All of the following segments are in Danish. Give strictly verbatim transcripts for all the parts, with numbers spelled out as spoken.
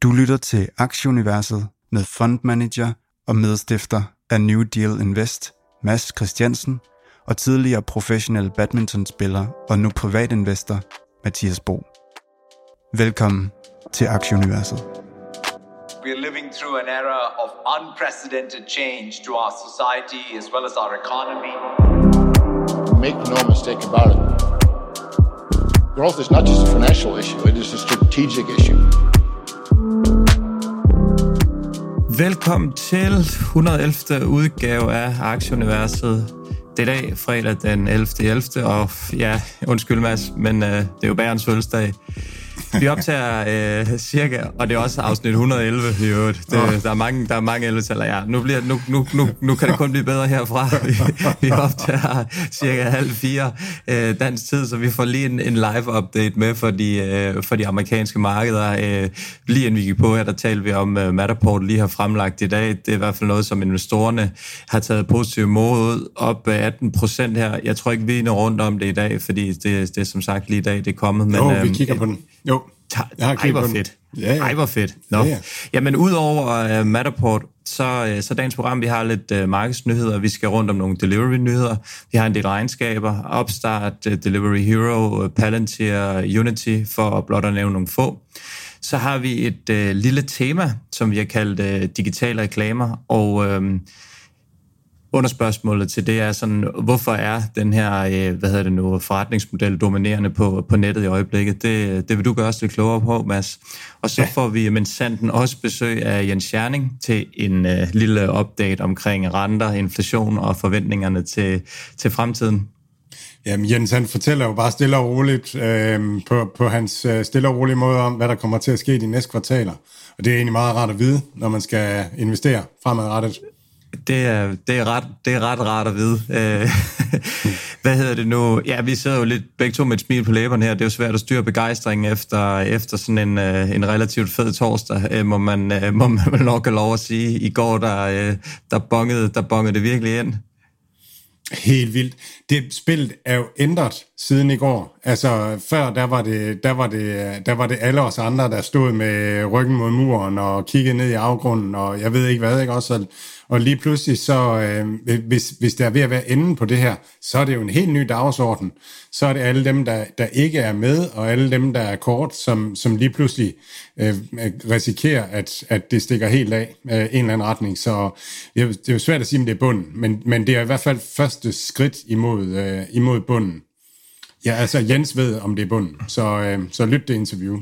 Du lytter til Aktieuniverset med fondmanager og medstifter af New Deal Invest, Mads Christiansen, og tidligere professionel badmintonspiller og nu privatinvestor, Mathias Bo. Velkommen til Aktieuniverset. We are living through an era of unprecedented change to our society as well as our economy. Make no mistake about it. Growth is not just a financial issue, it is a strategic issue. Velkommen til et hundrede og ellevte udgave af Aktieuniverset. Det er i dag, fredag den ellevte ellevte og ja, undskyld Mads, men øh, det er jo bærens fødselsdag. Vi optager øh, cirka, og det er også afsnit et hundrede og elleve i øvrigt. Det, oh. Der er mange, der er mange elleve-taller. Ja, nu, bliver, nu, nu, nu, nu kan det kun blive bedre herfra. Vi, vi optager cirka halv fire øh, dansk tid, så vi får lige en, en live-update med for de, øh, for de amerikanske markeder. Øh, lige inden vi gik på her, der talte vi om uh, Matterport lige har fremlagt i dag. Det er i hvert fald noget, som investorerne har taget positivt mod op atten procent her. Jeg tror ikke, vi er rundt om det i dag, fordi det, det er som sagt lige i dag, det er kommet. Men, jo, vi øhm, kigger på den. Jo. Ej, hvor fedt. Ja, ja. Ej, hvor fedt. Nå. Ja, ja. Jamen, udover uh, Matterport, så, uh, så dagens program, vi har lidt uh, markedsnyheder, vi skal rundt om nogle delivery-nyheder, vi har en del regnskaber, Upstart, uh, Delivery Hero, uh, Palantir, Unity, for blot at nævne nogle få. Så har vi et uh, lille tema, som vi har kaldt uh, digitale reklamer, og uh, under spørgsmålet til det er sådan, hvorfor er den her, hvad hedder det nu, forretningsmodel dominerende på, på nettet i øjeblikket? Det, det vil du gøre os lidt klogere på, Mads. Og så ja. får vi med Sanden også besøg af Jens Scherning til en uh, lille update omkring renter, inflation og forventningerne til, til fremtiden. Jamen Jens, han fortæller jo bare stille og roligt øh, på, på hans øh, stille og rolige måde om, hvad der kommer til at ske i de næste kvartaler. Og det er egentlig meget rart at vide, når man skal investere fremadrettet. Det er, det, er ret, det er ret rart at vide. Hvad hedder det nu? Ja, vi sidder jo lidt begge to med et smil på læberne her. Det er jo svært at styre begejstringen efter, efter sådan en, en relativt fed torsdag, må man, må man nok have lov at sige. I går, der, der, bongede, der bongede det virkelig ind. Helt vildt. Det spillet er jo ændret siden i går. Altså før, der var det, der var det, der var det alle os andre, der stod med ryggen mod muren og kiggede ned i afgrunden, og jeg ved ikke hvad, ikke også? Og lige pludselig, så øh, hvis, hvis der er ved at være enden på det her, så er det jo en helt ny dagsorden. Så er det alle dem, der, der ikke er med, og alle dem, der er kort, som, som lige pludselig øh, risikerer, at, at det stikker helt af øh, en eller anden retning. Så det er jo svært at sige, om det er bunden, men, men det er i hvert fald første skridt imod, øh, imod bunden. Ja, altså Jens ved, om det er bunden, så, øh, så lyt det interview.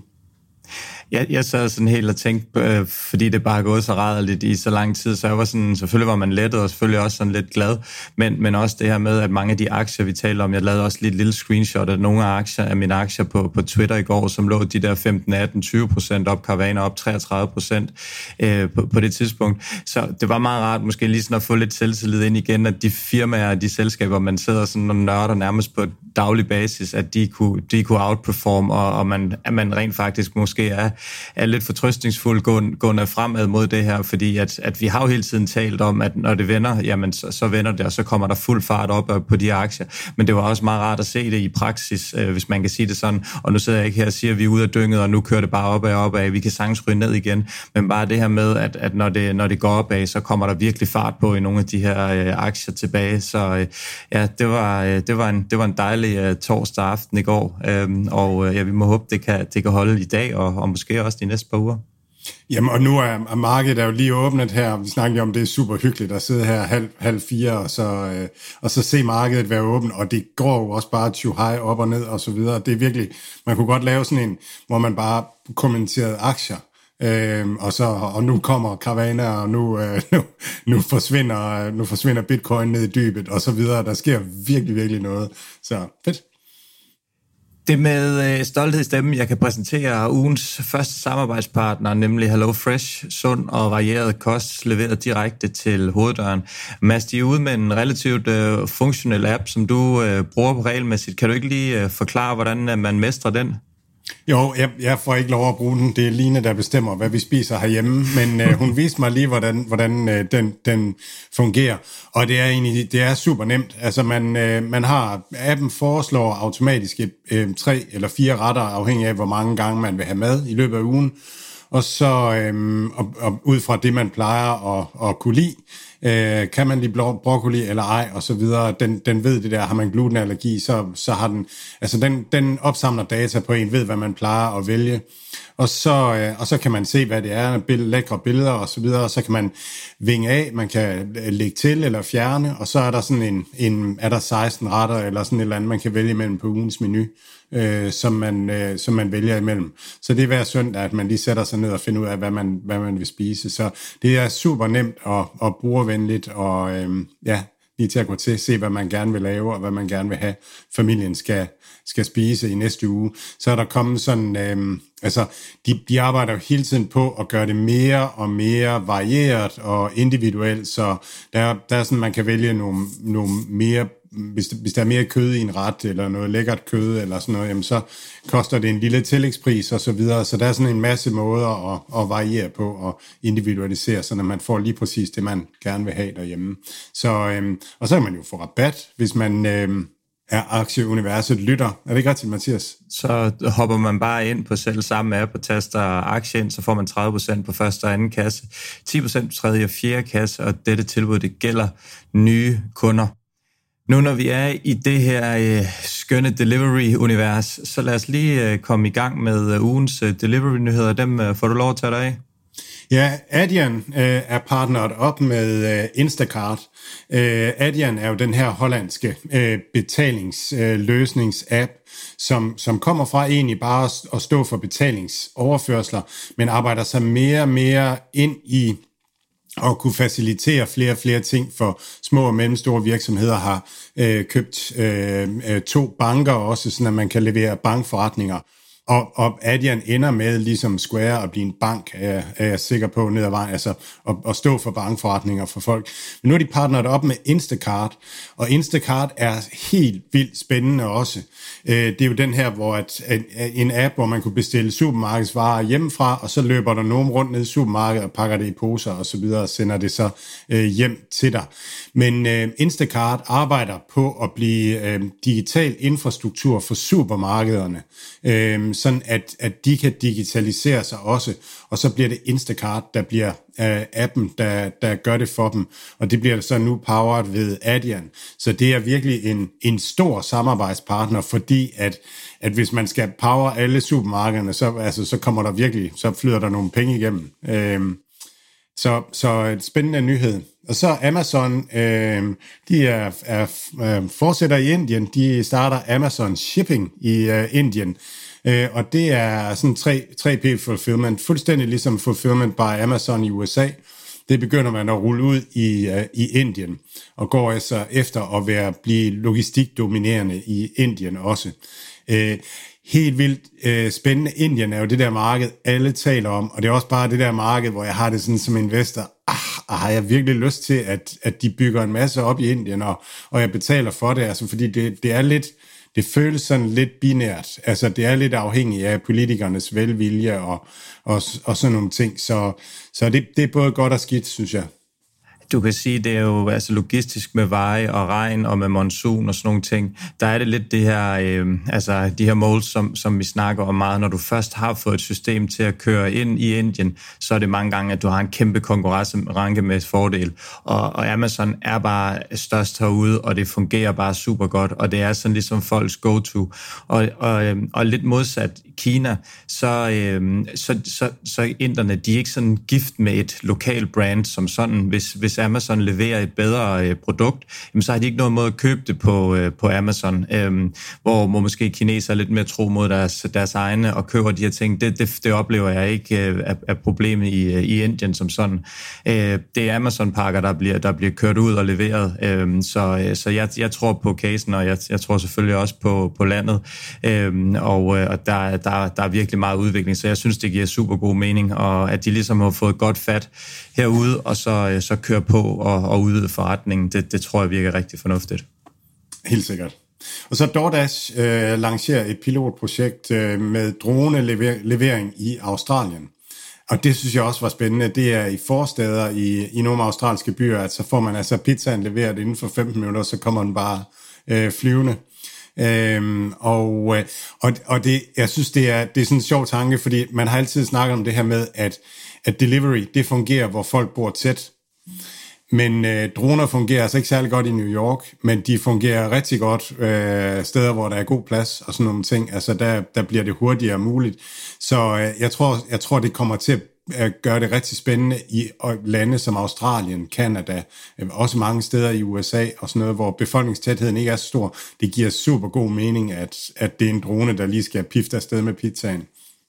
Jeg, jeg sad sådan helt og tænkte, øh, fordi det bare er gået så rædderligt i så lang tid, så jeg var sådan, selvfølgelig var man lettet, og selvfølgelig også sådan lidt glad, men, men også det her med, at mange af de aktier, vi taler om, jeg lavede også lige et lille screenshot af nogle af, aktier, af mine aktier på, på Twitter i går, som lå de der femten, atten, tyve procent op, Carvana op treogtredive procent øh, på, på det tidspunkt. Så det var meget rart måske lige sådan at få lidt selvtillid ind igen, at de firmaer, de selskaber, man sidder sådan og nørder nærmest på daglig basis, at de kunne, de kunne outperforme, og, og man, at man rent faktisk måske er er lidt fortrøstningsfuld gående fremad mod det her, fordi at, at vi har jo hele tiden talt om, at når det vender, jamen så, så vender det, og så kommer der fuld fart op på de aktier. Men det var også meget rart at se det i praksis, øh, hvis man kan sige det sådan. Og nu sidder jeg ikke her og siger, at vi er ude af dynget, og nu kører det bare opad og opad. Vi kan sagtens ryge ned igen. Men bare det her med, at, at når, det, når det går opad, så kommer der virkelig fart på i nogle af de her øh, aktier tilbage. Så øh, ja, det var, øh, det var en, det var en dejlig øh, torsdag aften i går. Øh, og øh, ja, vi må håbe, det kan, det kan holde i dag, og, og måske også de næste par uger. Jamen, og nu er markedet er jo lige åbnet her. Vi snakker om, det er super hyggeligt at sidde her halv, halv fire, og så, øh, og så se markedet være åbent, og det går jo også bare too high op og ned og så videre. Det er virkelig, man kunne godt lave sådan en, hvor man bare kommenterede aktier, øh, og så og nu kommer Carvana, og nu, øh, nu, nu, forsvinder, nu forsvinder Bitcoin ned i dybet, og så videre. Der sker virkelig, virkelig noget. Så fedt. Det med øh, stolthed i stemmen, jeg kan præsentere ugens første samarbejdspartner, nemlig HelloFresh, sund og varieret kost, leveret direkte til hoveddøren. Mads, de er ude med en relativt øh, funktionel app, som du øh, bruger regelmæssigt. Kan du ikke lige øh, forklare, hvordan øh, man mestrer den? Jo, jeg, jeg får ikke lov at bruge den. Det er Line, der bestemmer, hvad vi spiser herhjemme. Men øh, hun viste mig lige, hvordan, hvordan øh, den, den fungerer. Og det er egentlig det er super nemt. Altså, man, øh, man har... Appen foreslår automatisk et, øh, tre eller fire retter, afhængig af, hvor mange gange man vil have mad i løbet af ugen. og så øhm, og, og ud fra det, man plejer at, at kunne lide, øh, kan man lide bro- broccoli eller ej, og så videre. Den, den ved det der, har man glutenallergi, så, så har den, altså den, den opsamler data på en, ved hvad man plejer at vælge, og så, øh, og så kan man se, hvad det er, bill- lækre billeder og så videre, og så kan man vinge af, man kan lægge til eller fjerne, og så er der sådan en, en er der seksten retter, eller sådan et eller andet, man kan vælge imellem på ugens menu, øh, som, man, øh, som man vælger imellem. Så det er hver søndag, at man lige sætter sig ned og finder ud af, hvad man, hvad man vil spise. Så det er super nemt og, og brugervenligt, og øh, ja, lige til at gå til, se hvad man gerne vil lave, og hvad man gerne vil have, familien skal, skal spise i næste uge. Så er der kommet sådan, øh, altså de, de arbejder jo hele tiden på at gøre det mere og mere varieret og individuelt, så der, der er sådan, man kan vælge nogle, nogle mere, hvis, hvis der er mere kød i en ret, eller noget lækkert kød, eller sådan noget, jamen så koster det en lille tillægspris og så videre, så der er sådan en masse måder at, at variere på og individualisere, så når man får lige præcis det, man gerne vil have derhjemme. Så, øhm, og så kan man jo få rabat, hvis man øhm, er Aktieuniverset lytter. Er det ikke rigtigt, Mathias? Så hopper man bare ind på selv samme app og taster aktien, så får man tredive procent på første og anden kasse, ti procent på tredje og fjerde kasse, og dette tilbud, det gælder nye kunder. Nu når vi er i det her øh, skønne delivery-univers, så lad os lige øh, komme i gang med øh, ugens øh, delivery-nyheder. Dem øh, får du lov at tage dig af. Ja, Adyen øh, er partneret op med øh, Instacart. Øh, Adyen er jo den her hollandske øh, betalingsløsningsapp, øh, som, som kommer fra egentlig bare at stå for betalingsoverførsler, men arbejder sig mere og mere ind i og kunne facilitere flere og flere ting for små og mellemstore virksomheder, har øh, købt øh, to banker også, sådan at man kan levere bankforretninger. Og, og Adyen ender med, ligesom Square, at blive en bank, er, er jeg sikker på, ned ad vejen, altså at, at stå for bankforretninger for folk. Men nu er de partneret op med Instacart, og Instacart er helt vildt spændende også. Det er jo den her, hvor at, en app, hvor man kunne bestille supermarkedsvarer hjemmefra, og så løber der nogen rundt ned i supermarkedet og pakker det i poser og så videre, og sender det så hjem til dig. Men Instacart arbejder på at blive digital infrastruktur for supermarkederne, sådan at, at de kan digitalisere sig også, og så bliver det Instacart, der bliver øh, appen, der, der gør det for dem, og det bliver så nu powered ved Adyen. Så det er virkelig en, en stor samarbejdspartner, fordi at, at hvis man skal power alle supermarkederne, så, altså, så kommer der virkelig, så flyder der nogle penge igennem. Øhm, så, så et spændende nyhed. Og så Amazon, øh, de er, er, er fortsætter i Indien, de starter Amazon Shipping i øh, Indien, øh, og det er sådan tre P fulfillment, fuldstændig ligesom fulfillment by Amazon i U S A. Det begynder man at rulle ud i, uh, i Indien, og går altså efter at være, blive logistikdominerende i Indien også. Uh, helt vildt uh, spændende. Indien er jo det der marked, alle taler om, og det er også bare det der marked, hvor jeg har det sådan som investor, ah, har jeg virkelig lyst til, at, at de bygger en masse op i Indien, og, og jeg betaler for det, altså fordi det, det er lidt, det føles sådan lidt binært, altså det er lidt afhængigt af politikernes velvilje og, og, og sådan nogle ting, så, så det, det er både godt og skidt, synes jeg. Du kan sige, det er jo altså logistisk med veje og regn og med monsun og sådan nogle ting. Der er det lidt det her, øh, altså de her mål, som, som vi snakker om meget. Når du først har fået et system til at køre ind i Indien, så er det mange gange, at du har en kæmpe konkurrenceranke med fordel. Og, og Amazon er bare størst herude, og det fungerer bare super godt. Og det er sådan ligesom folks go-to. Og, og, og lidt modsat Kina, så, øh, så, så, så inderne, de er ikke sådan gift med et lokal brand som sådan. Hvis, hvis Amazon leverer et bedre øh, produkt, jamen, så har de ikke noget måde at købe det på, øh, på Amazon, øh, hvor, hvor måske kinesere er lidt mere tro mod deres, deres egne og køber de her ting. Det, det, det oplever jeg ikke øh, er, er problemet i, i Indien som sådan. Øh, det er Amazon-pakker, der bliver, der bliver kørt ud og leveret, øh, så, så jeg, jeg tror på casen, og jeg, jeg tror selvfølgelig også på, på landet, øh, og, og der, der, der er virkelig meget udvikling, så jeg synes, det giver super god mening, og at de ligesom har fået godt fat herude, og så, så kører på og, og udvide forretningen, det, det tror jeg virker rigtig fornuftigt. Helt sikkert. Og så DoorDash øh, lancerer et pilotprojekt øh, med drone-levering i Australien. Og det synes jeg også var spændende. Det er i forsteder i, i nogle australske byer, at så får man altså pizzaen leveret inden for femten minutter, så kommer den bare øh, flyvende. Øhm, og og, og det, jeg synes, det er, det er sådan en sjov tanke, fordi man har altid snakket om det her med, at, at delivery, det fungerer, hvor folk bor tæt. Men øh, droner fungerer altså ikke særlig godt i New York, men de fungerer rigtig godt øh, steder, hvor der er god plads og sådan nogle ting. Altså der, der bliver det hurtigere muligt. Så øh, jeg tror, jeg tror, det kommer til at gøre det rigtig spændende i lande som Australien, Canada, øh, også mange steder i U S A og sådan noget, hvor befolkningstætheden ikke er så stor. Det giver super god mening, at, at det er en drone, der lige skal pifte afsted med pizzaen.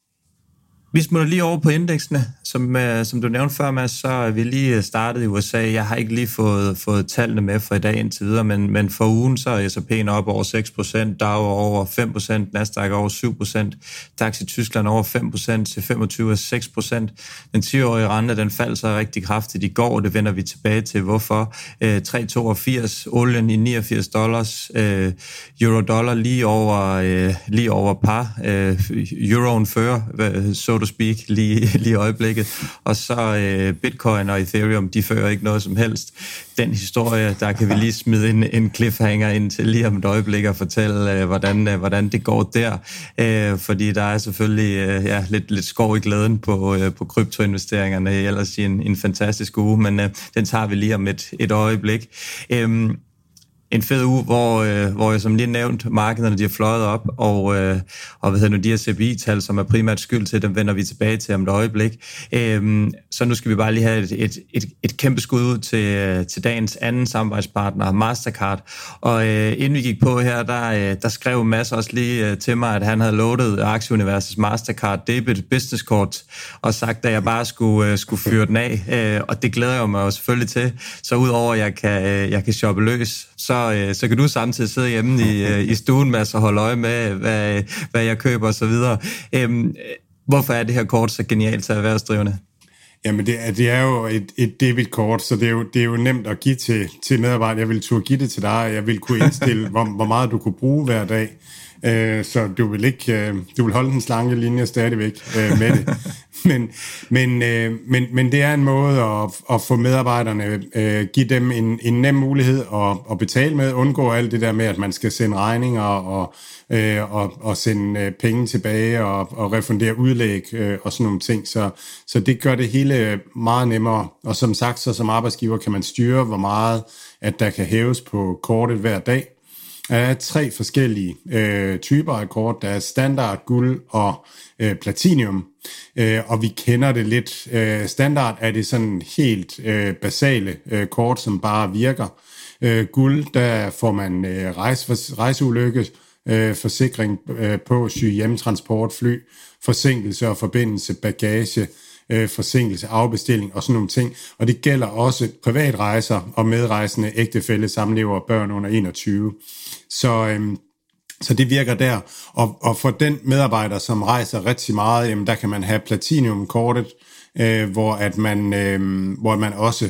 Vi smutter lige over på indeksene, som, uh, som du nævnte før, Mads, så er vi lige startet i U S A. Jeg har ikke lige fået, fået tallene med fra i dag indtil videre, men, men for ugen så er S and P'en op over seks procent, Dow over fem procent, Nasdaq over syv procent, DAX i Tyskland over fem procent, C femogtyve er seks procent. Den ti-årige rente, den faldt så rigtig kraftigt i går, og det vender vi tilbage til. Hvorfor? Uh, tre komma toogfirs, olien i niogfirs dollars, uh, euro-dollar lige over, uh, lige over par, uh, euroen fører, så to speak, lige, lige i øjeblikket. Og så øh, Bitcoin og Ethereum, de fører ikke noget som helst. Den historie, der kan vi lige smide en, en cliffhanger ind til lige om et øjeblik og fortælle, øh, hvordan, øh, hvordan det går der. Øh, fordi der er selvfølgelig øh, ja, lidt, lidt skov i glæden på, øh, på kryptoinvesteringerne, ellers i en, en fantastisk uge, men øh, den tager vi lige om et, et øjeblik. Øh, En fed uge, hvor, øh, hvor jeg som lige nævnt, markederne de er fløjet op, og, øh, og hvad hedder nu, de her C P I-tal, som er primært skyld til, dem vender vi tilbage til om et øjeblik. Øhm, så nu skal vi bare lige have et, et, et, et kæmpe skud ud til, til dagens anden samarbejdspartner, Mastercard. Og øh, inden vi gik på her, der, der skrev Mads også lige øh, til mig, at han havde loadet Aktieuniversets Mastercard Debit Business Kort, og sagt, at jeg bare skulle, øh, skulle fyre den af. Øh, og det glæder jeg mig jo selvfølgelig til. Så udover at jeg kan, øh, jeg kan shoppe løs, så så kan du samtidig sidde hjemme i, i stuen med at holde øje med, hvad, hvad jeg køber og så videre. Øhm, hvorfor er det her kort så genialt til erhvervsdrivende? Jamen, det er, det er jo et, et debitkort, så det er, jo, det er jo nemt at give til, til medarbejdere. Jeg vil turde give det til dig, jeg vil kunne indstille, hvor, hvor meget du kunne bruge hver dag. Øh, så du vil ikke, øh, du vil holde den slanke linje stadigvæk øh, med det. Men, men, øh, men, men det er en måde at, at få medarbejderne, øh, give dem en, en nem mulighed at, at betale med, undgå alt det der med, at man skal sende regninger og, øh, og, og sende øh, penge tilbage og, og refundere udlæg øh, og sådan nogle ting. Så, så det gør det hele meget nemmere. Og som sagt, så som arbejdsgiver kan man styre, hvor meget at der kan hæves på kortet hver dag. Der er tre forskellige øh, typer af kort. Der er standard, guld og øh, platinum, øh, og vi kender det lidt. Øh, standard er det sådan helt øh, basale øh, kort, som bare virker. Øh, guld, der får man øh, rejse, rejseulykke, øh, forsikring øh, på syge hjemtransport, fly, forsinkelse og forbindelse, bagage, øh, forsinkelse, afbestilling og sådan nogle ting. Og det gælder også privatrejser og medrejsende ægtefælle, samlever og børn under enogtyve. Så, øhm, så det virker der. Og, og for den medarbejder, som rejser rigtig meget, jamen, der kan man have platinum-kortet, øh, hvor, at man, øh, hvor man også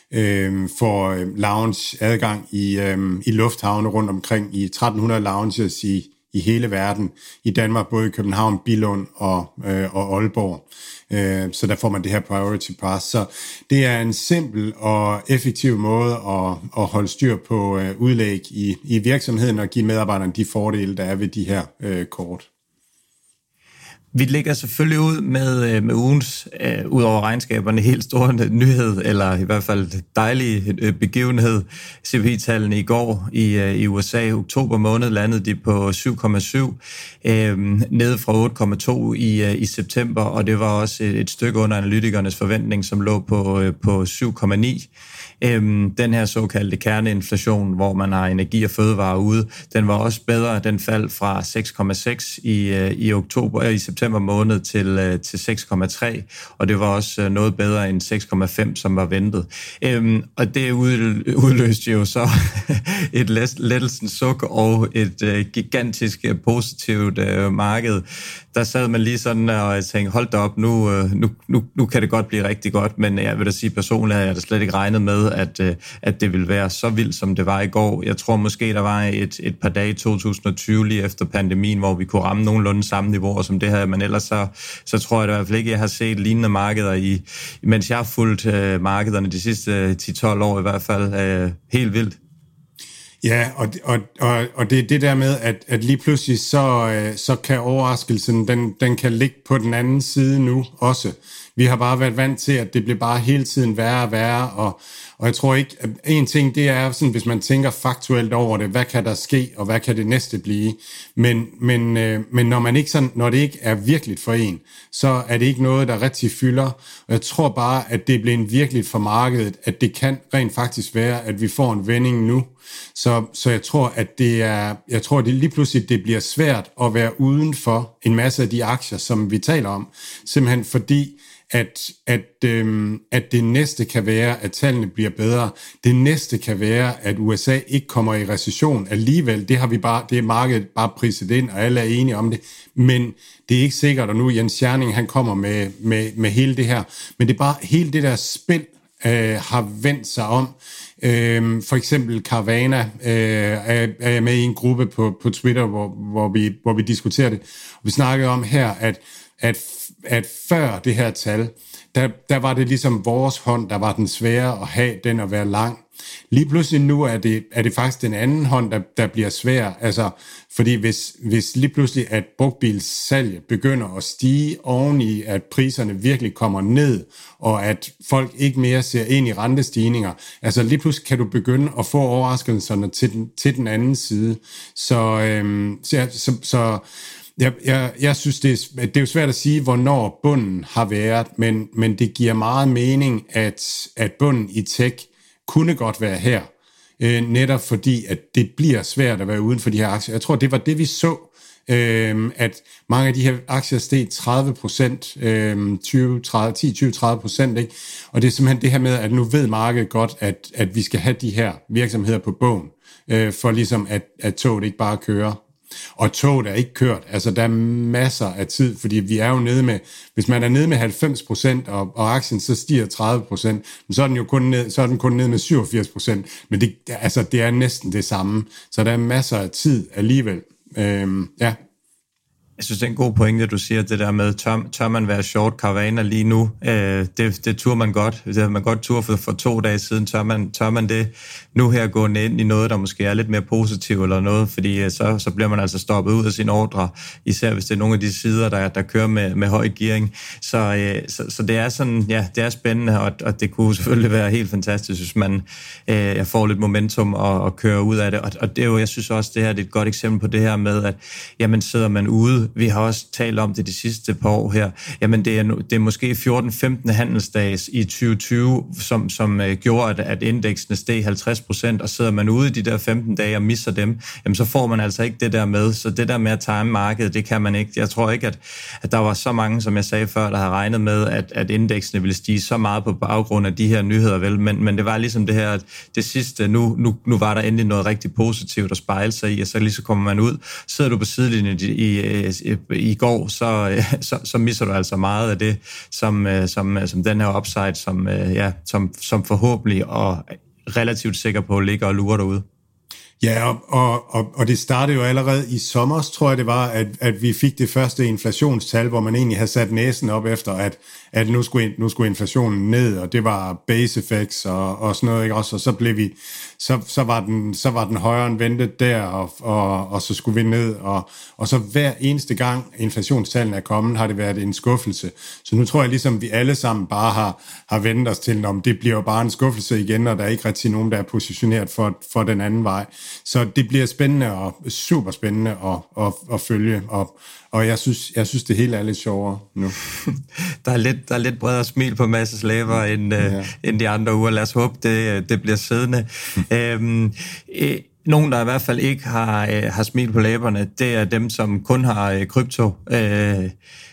øh, får lounge adgang i, øh, i lufthavne rundt omkring i tretten hundrede lounges i, i hele verden. I Danmark, både i København, Billund og, øh, og Aalborg. Øh, så der får man det her priority pass. Så det er en simpel og effektiv måde at, at holde styr på øh, udlæg i, i virksomheden og give medarbejderne de fordele, der er ved de her øh, kort. Vi lægger selvfølgelig ud med, med ugens, uh, ud over regnskaberne, helt store nyhed, eller i hvert fald dejlig uh, begivenhed. C P I-tallene i går i, uh, i U S A, oktober måned, landede de på syv komma syv, uh, nede fra otte komma to i, uh, i september, og det var også et, et stykke under analytikernes forventning, som lå på, uh, på syv komma ni. Øhm, den her såkaldte kerneinflation, hvor man har energi og fødevarer ude, den var også bedre. Den faldt fra seks komma seks i, øh, i oktober, øh, i september måned til, øh, til seks komma tre, og det var også øh, noget bedre end seks komma fem, som var ventet. Øhm, og det udløste jo så et lettelsens suk og et øh, gigantisk øh, positivt øh, marked. Der sad man lige sådan og tænkte, hold da op, nu, øh, nu, nu, nu kan det godt blive rigtig godt, men jeg vil da sige personligt, at jeg da slet ikke regnet med, At, at det ville være så vildt, som det var i går. Jeg tror måske, der var et, et par dage i to tusind og tyve, lige efter pandemien, hvor vi kunne ramme nogenlunde samme niveauer som det her, men ellers så, så tror jeg da i hvert fald ikke, at jeg har set lignende markeder, i, mens jeg har fulgt uh, markederne de sidste ti til tolv år i hvert fald. Uh, helt vildt. Ja, og, og, og, og det er det der med, at, at lige pludselig så, så kan overraskelsen, den, den kan ligge på den anden side nu også. Vi har bare været vant til, at det bliver bare hele tiden værre og værre, og, og jeg tror ikke, at en ting, det er sådan, hvis man tænker faktuelt over det, hvad kan der ske, og hvad kan det næste blive, men, men, øh, men når, man ikke sådan, når det ikke er virkeligt for en, så er det ikke noget, der rigtig fylder, og jeg tror bare, at det bliver virkeligt for markedet, at det kan rent faktisk være, at vi får en vending nu, så, så jeg tror, at det er, jeg tror, at det lige pludselig det bliver svært at være uden for en masse af de aktier, som vi taler om, simpelthen fordi, at, at, øhm, at det næste kan være, at tallene bliver bedre. Det næste kan være, at U S A ikke kommer i recession alligevel. Det har vi bare, det er markedet bare priset ind, og alle er enige om det. Men det er ikke sikkert, og nu Jens Scherning, han kommer med, med, med hele det her. Men det er bare hele det der spil, øh, har vendt sig om. Øh, for eksempel Carvana øh, er, er jeg med i en gruppe på, på Twitter, hvor, hvor, vi, hvor vi diskuterer det. Og vi snakkede om her, at At, at før det her tal, der, der var det ligesom vores hånd, der var den svære at have, den at være lang. Lige pludselig nu er det, er det faktisk den anden hånd, der, der bliver svær. Altså, fordi hvis, hvis lige pludselig, at brugtbilssalget begynder at stige oven i, at priserne virkelig kommer ned, og at folk ikke mere ser ind i rentestigninger, altså lige pludselig kan du begynde at få overraskelserne til den, til den anden side. Så, øhm, så, så, så Jeg, jeg, jeg synes, det er, det er jo svært at sige, hvornår bunden har været, men, men det giver meget mening, at, at bunden i tech kunne godt være her. Øh, netop fordi, at det bliver svært at være uden for de her aktier. Jeg tror, det var det, vi så, øh, at mange af de her aktier steg tredive procent, øh, tyve, tredive, ti, tyve, tredive procent, ikke? Og det er simpelthen det her med, at nu ved markedet godt, at, at vi skal have de her virksomheder på bogen, øh, for ligesom, at, at toget ikke bare kører. Og toget er ikke kørt. Altså, der er masser af tid, fordi vi er jo nede med, hvis man er nede med halvfems procent, og, og aktien så stiger tredive procent, så er den jo kun ned, så er den kun nede med syvogfirs procent. Men det, altså, det er næsten det samme. Så der er masser af tid alligevel. Øhm, ja. Jeg synes, det er en god pointe, du siger, det der med, tør, tør man være short Carvana lige nu? Øh, det, det tør man godt. Det har man godt tur for, for to dage siden. Tør man, tør man det nu her gående ind i noget, der måske er lidt mere positivt eller noget? Fordi så, så bliver man altså stoppet ud af sin ordre, især hvis det er nogle af de sider, der, der kører med, med høj gearing. Så, øh, så, så det er sådan, ja, det er spændende, og, og det kunne selvfølgelig være helt fantastisk, hvis man øh, får lidt momentum og, og kører ud af det. Og, og det er jo, jeg synes også, det her det er et godt eksempel på det her med, at jamen, sidder man ude. Vi har også talt om det de sidste par år her. Jamen, det er, det er måske fjorten femten handelsdages i tyve tyve, som, som uh, gjorde, at, at indeksene steg halvtreds procent, og sidder man ude i de der femten dage og misser dem, jamen, så får man altså ikke det der med. Så det der med at time markedet, det kan man ikke. Jeg tror ikke, at, at der var så mange, som jeg sagde før, der havde regnet med, at, at indeksene ville stige så meget på baggrund af de her nyheder, vel? Men, men det var ligesom det her, at det sidste, nu, nu, nu var der endelig noget rigtig positivt at spejle sig i, og så lige så kommer man ud. Sidder du på sidelinjen i, i i går, så, så, så misser du altså meget af det, som, som, som den her upside, som, ja, som, som forhåbentlig og relativt sikker på ligger og lurer derude. Ja, og, og, og det startede jo allerede i sommer, tror jeg det var, at, at vi fik det første inflationstal, hvor man egentlig havde sat næsen op efter, at, at nu, skulle, nu skulle inflationen ned, og det var base effects og, og sådan noget, ikke også? Og så blev vi, så, så, var, den, så var den højere end ventet der, og, og, og så skulle vi ned, og, og så hver eneste gang inflationstallene er kommet, har det været en skuffelse. Så nu tror jeg ligesom, vi alle sammen bare har, har ventet os til, om det bliver jo bare en skuffelse igen, og der er ikke rigtig nogen, der er positioneret for, for den anden vej. Så det bliver spændende og super spændende at, at, at følge, og, og jeg synes, jeg synes, det hele er lidt sjovere nu. Der er lidt, der er lidt bredere smil på Masses læber end, ja. uh, end de andre uger. Lad os håbe, det, det bliver siddende. øhm, øh, Nogen, der i hvert fald ikke har, øh, har smil på læberne, det er dem, som kun har øh, krypto. Øh,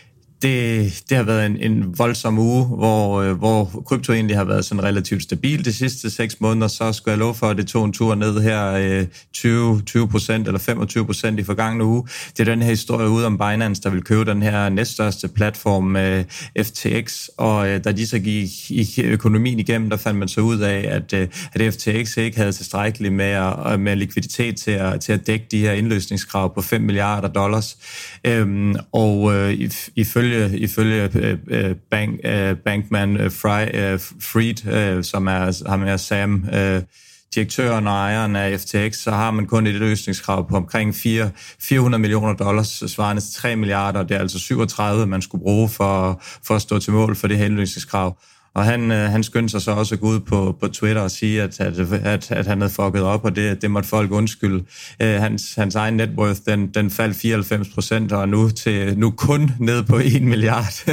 Det, det har været en, en voldsom uge, hvor, øh, hvor krypto egentlig har været sådan relativt stabil de sidste seks måneder. Så skulle jeg love for, at det tog en tur ned her øh, tyve procent eller femogtyve procent i forgangne uge. Det er den her historie ude om Binance, der vil købe den her næststørste platform, øh, F T X. Og øh, da de så gik i økonomien igennem, der fandt man så ud af, at, øh, at F T X ikke havde tilstrækkeligt med, at, med likviditet til at, til at dække de her indløsningskrav på fem milliarder dollars. Øhm, og øh, ifølge ifølge uh, bank, uh, Bankman uh, Fry, uh, Fried, uh, som er ham er Sam uh, direktøren og ejeren af F T X, så har man kun et løsningskrav på omkring fire hundrede millioner dollars, svarende til tre milliarder. Det er altså syvogtredive, man skulle bruge for, for at stå til mål for det her løsningskrav. Og han, han skyndte sig så også at gå ud på, på Twitter og sige, at, at, at, at han havde fucket op, og det, det måtte folk undskylde. Uh, hans, hans egen net worth, den, den faldt fireoghalvfems procent, og nu, til, nu kun ned på en milliard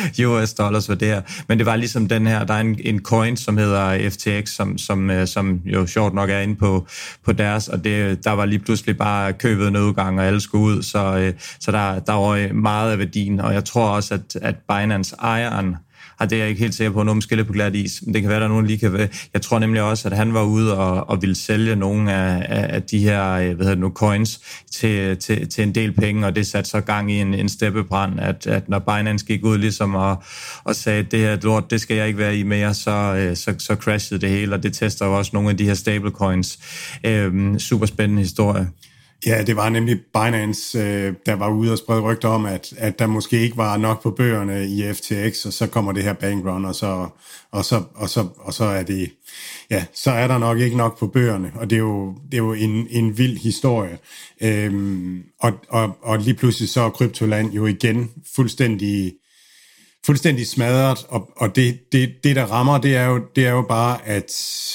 U S dollars for det her. Men det var ligesom den her, der er en, en coin, som hedder F T X, som, som, som jo sjovt nok er inde på, på deres, og det, der var lige pludselig bare købet en udgang, og alle skulle ud, så, så der, der var meget af værdien, og jeg tror også, at, at Binance ejeren, og det er jeg ikke helt sikker på, noget skille på glat is, men det kan være, der nogen lige kan være. Jeg tror nemlig også, at han var ude og, og ville sælge nogle af, af de her, hvad hedder det nu, coins til, til, til en del penge, og det satte så gang i en, en steppebrand, at, at når Binance gik ud ligesom og, og sagde, at det her lort, det skal jeg ikke være i mere, så, så, så crashede det hele, og det tester jo også nogle af de her stablecoins. Øhm, super spændende historie. Ja, det var nemlig Binance, øh, der var ude og sprede rygter om, at, at der måske ikke var nok på bøgerne i F T X, og så kommer det her bankrun, og så, og så, og så, og så er det, ja, så er der nok ikke nok på bøgerne, og det er jo, det er jo en, en vild historie. Øhm, og, og, og lige pludselig så er kryptoland jo igen fuldstændig fuldstændig smadret, og, og det, det, det, der rammer, det er jo, det er jo bare, at,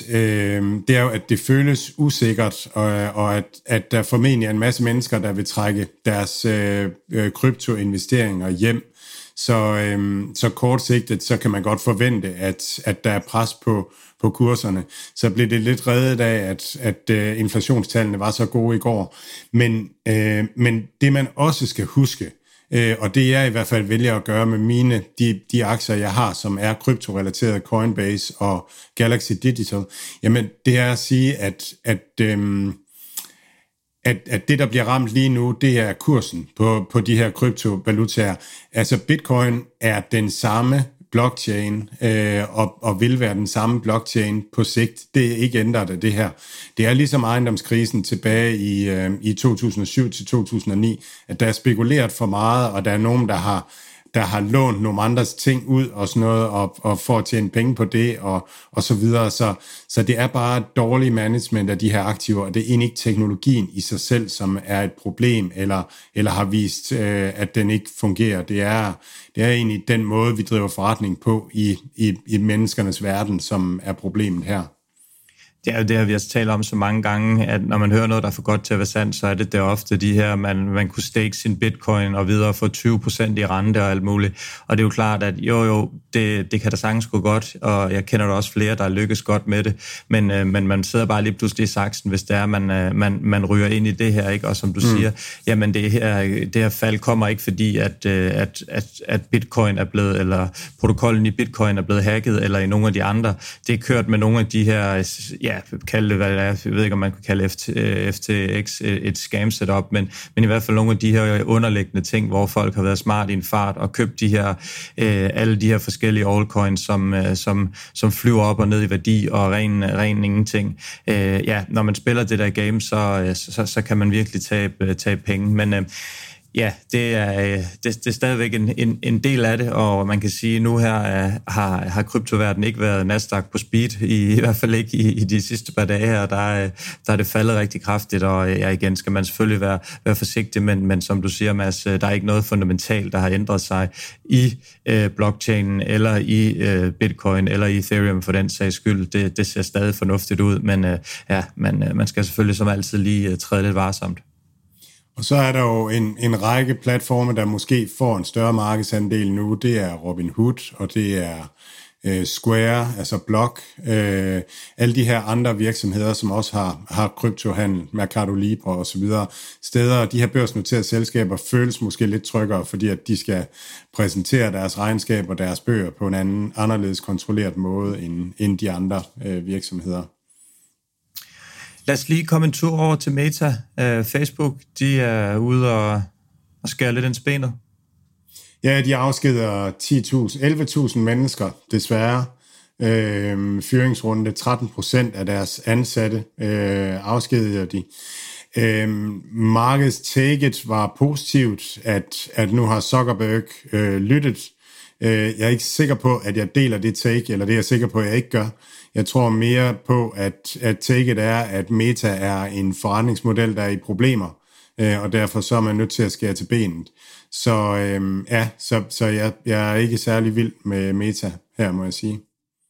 øh, det er jo, at det føles usikkert, og, og at, at der formentlig er en masse mennesker, der vil trække deres øh, kryptoinvesteringer hjem. Så, øh, så kortsigtet, så kan man godt forvente, at, at der er pres på, på kurserne. Så blev det lidt reddet af, at, at øh, inflationstallene var så gode i går. Men, øh, men det, man også skal huske, Øh, og det jeg i hvert fald vælger at gøre med mine, de, de aktier, jeg har, som er kryptorelateret, Coinbase og Galaxy Digital, jamen det er at sige, at, at, øhm, at, at det, der bliver ramt lige nu, det er kursen på, på de her kryptovalutaer. Altså Bitcoin er den samme blockchain, øh, og, og vil være den samme blockchain på sigt. Det er ikke ændret af det her. Det er ligesom ejendomskrisen tilbage i, øh, i to tusind og syv til to tusind og ni, at der er spekuleret for meget, og der er nogen, der har der har lånt nogle andres ting ud og sådan noget, og, og får at tjene penge på det, og, og så videre. Så, så det er bare dårlig management af de her aktiver, og det er egentlig ikke teknologien i sig selv, som er et problem, eller, eller har vist, øh, at den ikke fungerer. Det er, det er egentlig den måde, vi driver forretning på i, i, i menneskernes verden, som er problemet her. Det er jo det, vi har talt om så mange gange, at når man hører noget, der er for godt til at være sandt, så er det der ofte de her, man, man kunne stake sin bitcoin og videre få tyve procent i rente og alt muligt. Og det er jo klart, at jo jo, det, det kan da sagtens gå godt, og jeg kender da også flere, der lykkes godt med det, men, øh, men man sidder bare lige pludselig i saksen, hvis det er, man, øh, man, man ryger ind i det her, ikke? Og som du mm. siger, jamen det her, det her fald kommer ikke fordi, at, øh, at, at, at bitcoin er blevet, eller protokollen i bitcoin er blevet hacket, eller i nogle af de andre. Det er kørt med nogle af de her, ja, kalde det, hvad det er. Jeg ved ikke, om man kan kalde F T X et scam setup, men, men i hvert fald nogle af de her underliggende ting, hvor folk har været smart i en fart og købt de her, øh, alle de her forskellige altcoins, som, øh, som, som flyver op og ned i værdi og ren, ren ingenting. Øh, ja, når man spiller det der game, så, så, så kan man virkelig tabe, tabe penge, men øh, ja, det er, det, det er stadigvæk en, en, en del af det, og man kan sige, at nu her uh, har, har kryptoverdenen ikke været Nasdaq på speed, i, i hvert fald ikke i, i de sidste par dage her, der, der er det faldet rigtig kraftigt, og ja, igen skal man selvfølgelig være, være forsigtig, men, men som du siger, Mads, der er ikke noget fundamentalt, der har ændret sig i uh, blockchainen, eller i uh, Bitcoin, eller i Ethereum for den sags skyld. Det, det ser stadig fornuftigt ud, men uh, ja, man, uh, man skal selvfølgelig som altid lige uh, træde lidt varsomt. Og så er der jo en, en række platforme, der måske får en større markedsandel nu. Det er Robinhood, og det er øh, Square, altså Block. Øh, alle de her andre virksomheder, som også har, har kryptohandel, Mercado Libre og så videre. Steder, de her børsnoterede selskaber føles måske lidt tryggere, fordi at de skal præsentere deres regnskab og deres bøger på en anden, anderledes kontrolleret måde end, end de andre øh, virksomheder. Lad os lige komme en tur over til Meta. Uh, Facebook, de er ude og, og skære lidt ind til benet. Ja, de afskeder ti tusind, elleve tusind mennesker, desværre. Øh, fyringsrunde, tretten procent af deres ansatte øh, afskediger de. Øh, markedets take it var positivt, at, at nu har Zuckerberg øh, lyttet Øh, jeg er ikke sikker på, at jeg deler det take, eller det er jeg sikker på, at jeg ikke gør. Jeg tror mere på, at, at taket er, at Meta er en forretningsmodel, der er i problemer, øh, og derfor så er man nødt til at skære til benet. Så øh, ja, så, så jeg, jeg er ikke særlig vild med Meta her, må jeg sige.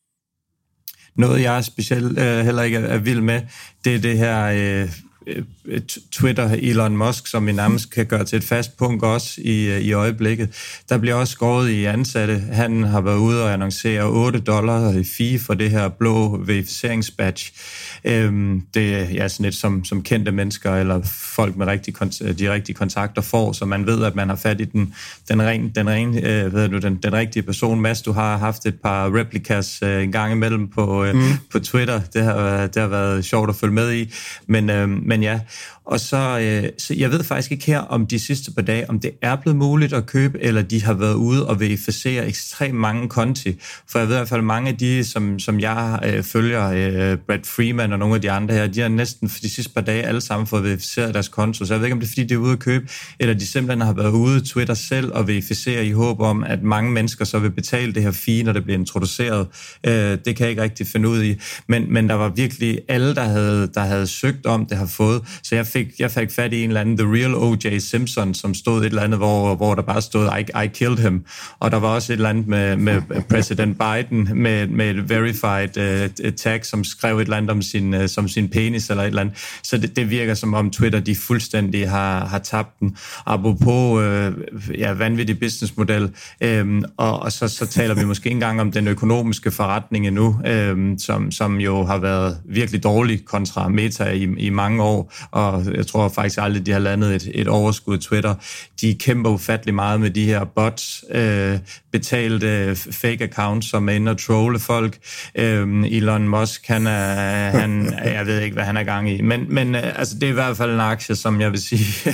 Noget, jeg specielt øh, heller ikke er, er vild med, det er det her øh, Twitter, Elon Musk, som vi nærmest kan gøre til et fast punkt også i, i øjeblikket. Der bliver også skåret i ansatte. Han har været ude og annoncere otte dollar i fee for det her blå verificeringsbadge. Øhm, det er ja, sådan lidt som, som kendte mennesker eller folk med rigtig, de rigtige kontakter får, så man ved, at man har fat i den, den, ren, den, ren, øh, ved du, den, den rigtige person. Mads, du har haft et par replicas øh, en gang imellem på, øh, mm. på Twitter. Det har, det har været sjovt at følge med i. Men, øh, men ja, og så, øh, så jeg ved faktisk ikke her om de sidste par dage, om det er blevet muligt at købe, eller de har været ude og verificere ekstremt mange konti. For jeg ved i hvert fald, mange af de, som, som jeg øh, følger, øh, Brad Freeman og nogle af de andre her, de har næsten for de sidste par dage alle sammen fået verificeret deres konto. Så jeg ved ikke, om det er, fordi de er ude at købe, eller de simpelthen har været ude Twitter selv og verificere i håb om, at mange mennesker så vil betale det her fee, når det bliver introduceret. Øh, det kan jeg ikke rigtig finde ud i. Men, men der var virkelig alle, der havde, der havde søgt om det, har fået. Så jeg fik, jeg fik fat i en eller anden The Real O J Simpson, som stod et eller andet, hvor, hvor der bare stod, I, I killed him. Og der var også et eller andet med, med President Biden, med, med et verified uh, tag, som skrev et eller andet om sin, uh, som sin penis, eller et eller andet. Så det, det virker som om Twitter, de fuldstændig har, har tabt den. Apropos uh, ja, vanvittig businessmodel, um, og, og så, så taler vi måske engang om den økonomiske forretning endnu, um, som, som jo har været virkelig dårlig kontra Meta i, i mange år, og jeg tror faktisk aldrig, de har landet et, et overskud Twitter. De kæmper ufattelig meget med de her bots, øh, betalte fake accounts, som er inde og trolle folk. Øh, Elon Musk, han er, han, jeg ved ikke, hvad han er gang i, men, men altså, det er i hvert fald en aktie, som jeg vil sige,